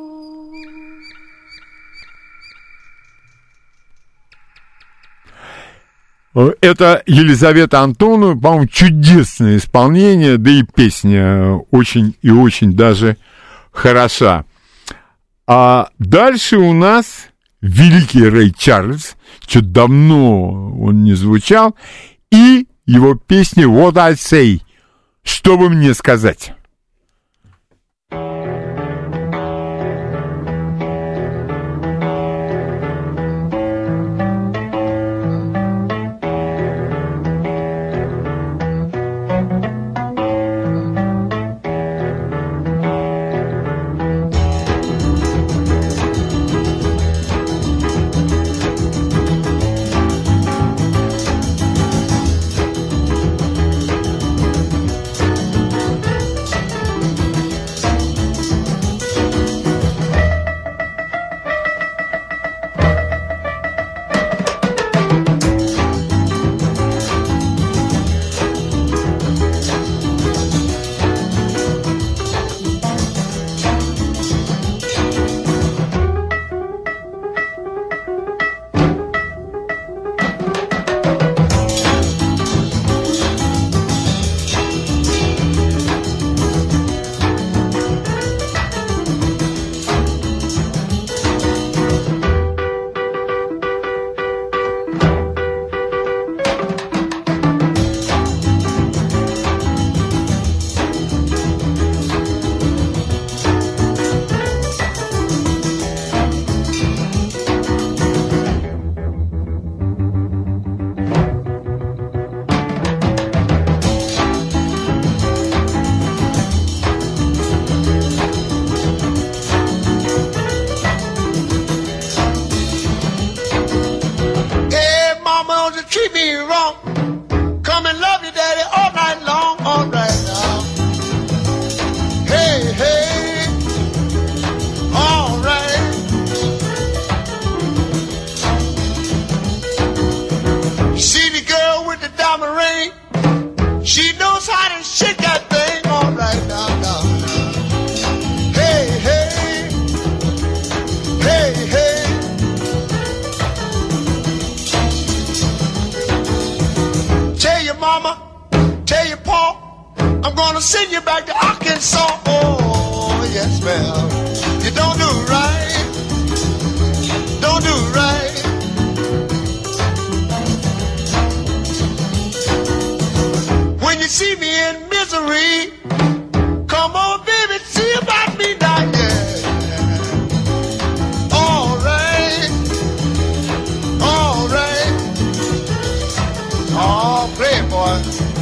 Это Елизавета Антонова, по-моему, чудесное исполнение, да и песня очень и очень даже хороша. А дальше у нас великий Рэй Чарльз, что-то давно он не звучал, и его песня «What I Say», «Что бы мне сказать». She knows how to shake that thing all right now, now, now. Hey, hey, hey, hey. Tell your mama, tell your pa, I'm gonna send you back to Arkansas. Oh, yes, ma'am. You don't do right, don't do right. When you see me in misery, come on, baby, see about me now, yeah. All right, all right. Oh, play it, boy.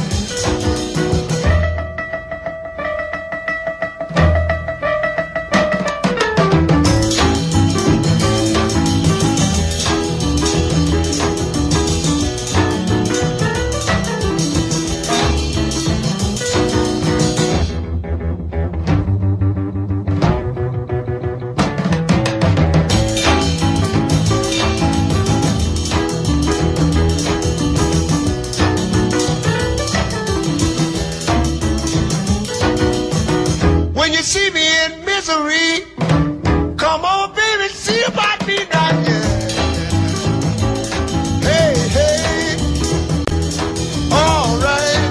When you see me in misery, come on, baby, see about me now, yeah. Hey, hey, all right.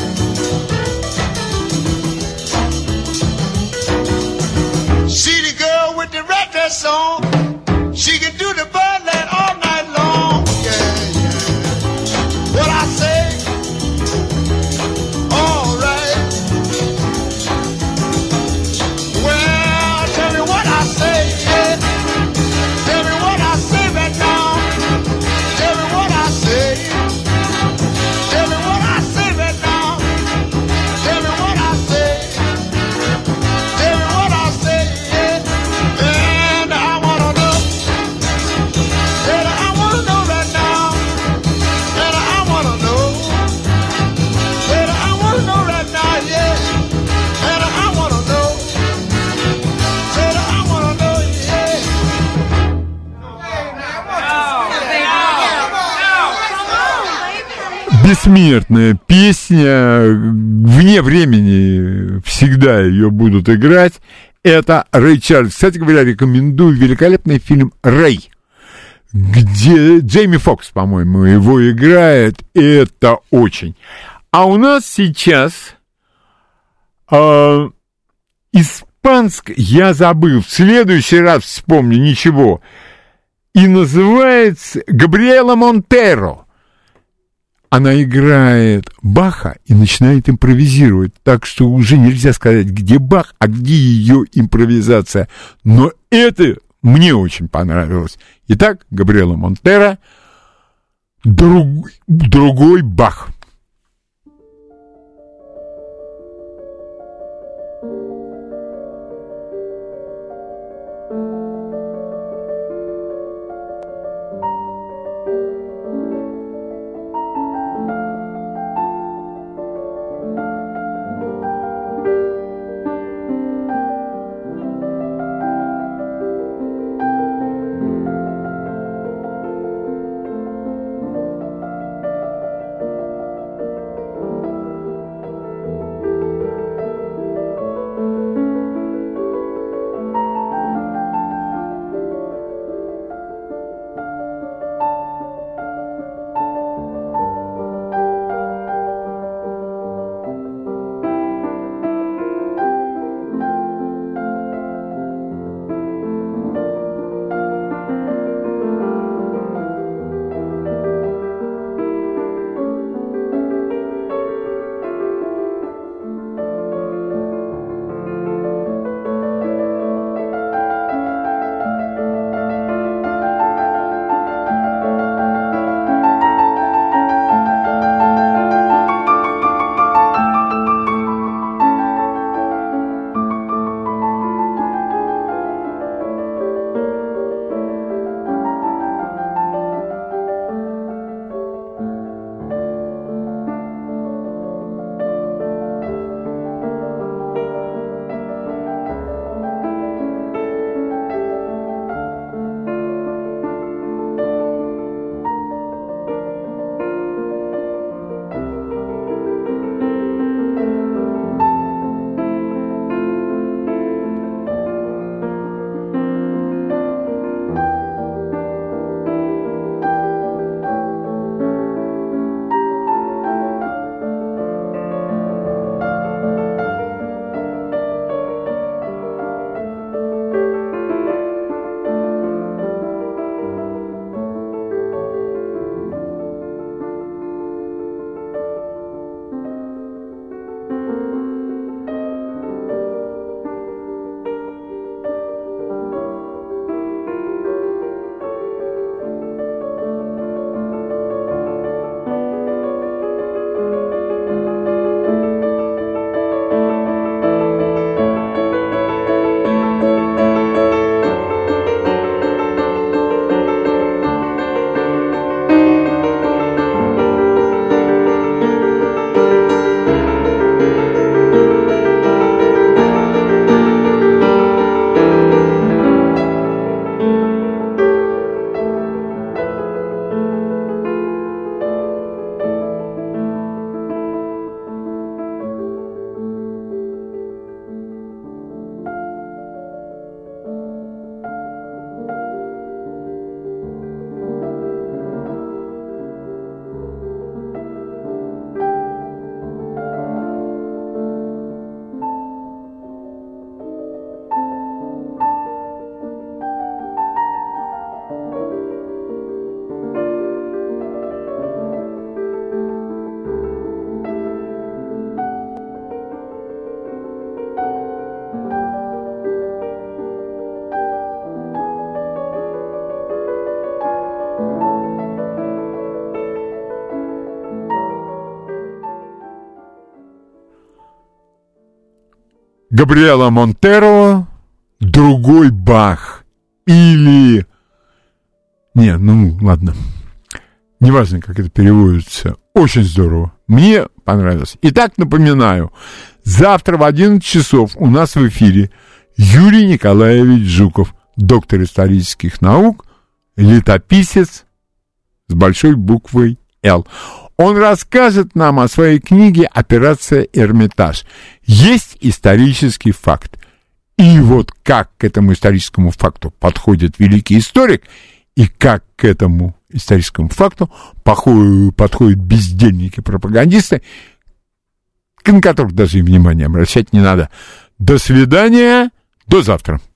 See the girl with the red dress on, she can do the birdland all night long, yeah, yeah. What I say, all right. Well, tell me what I say, yeah. Tell me what I say right now. Tell me what I say. Tell me what I say right now. Tell me what I say. Tell me what I say, yeah. And I wanna know. And I wanna know right now. And I wanna know. And I wanna know right now, yeah. And I wanna know. And I wanna know, yeah. Бессмертная песня, вне времени всегда ее будут играть. Это Рэй Чарльз. Кстати говоря, рекомендую великолепный фильм «Рэй», где Джейми Фокс, по-моему, его играет. Это очень. А у нас сейчас э, испанская, я забыл, в следующий раз вспомню, ничего. И называется Габриэла Монтеро. Она играет Баха и начинает импровизировать, так что уже нельзя сказать, где Бах, а где ее импровизация. Но это мне очень понравилось. Итак, Габриэла Монтеро, друг, другой Бах. Габриэла Монтеро, другой Бах. Или... Не, ну ладно. Неважно, как это переводится. Очень здорово. Мне понравилось. Итак, напоминаю, завтра в одиннадцать часов у нас в эфире Юрий Николаевич Жуков, доктор исторических наук, летописец с большой буквой «Л». Он расскажет нам о своей книге «Операция Эрмитаж». Есть исторический факт. И вот как к этому историческому факту подходит великий историк, и как к этому историческому факту подходят бездельники-пропагандисты, на которых даже и внимания обращать не надо. До свидания, до завтра.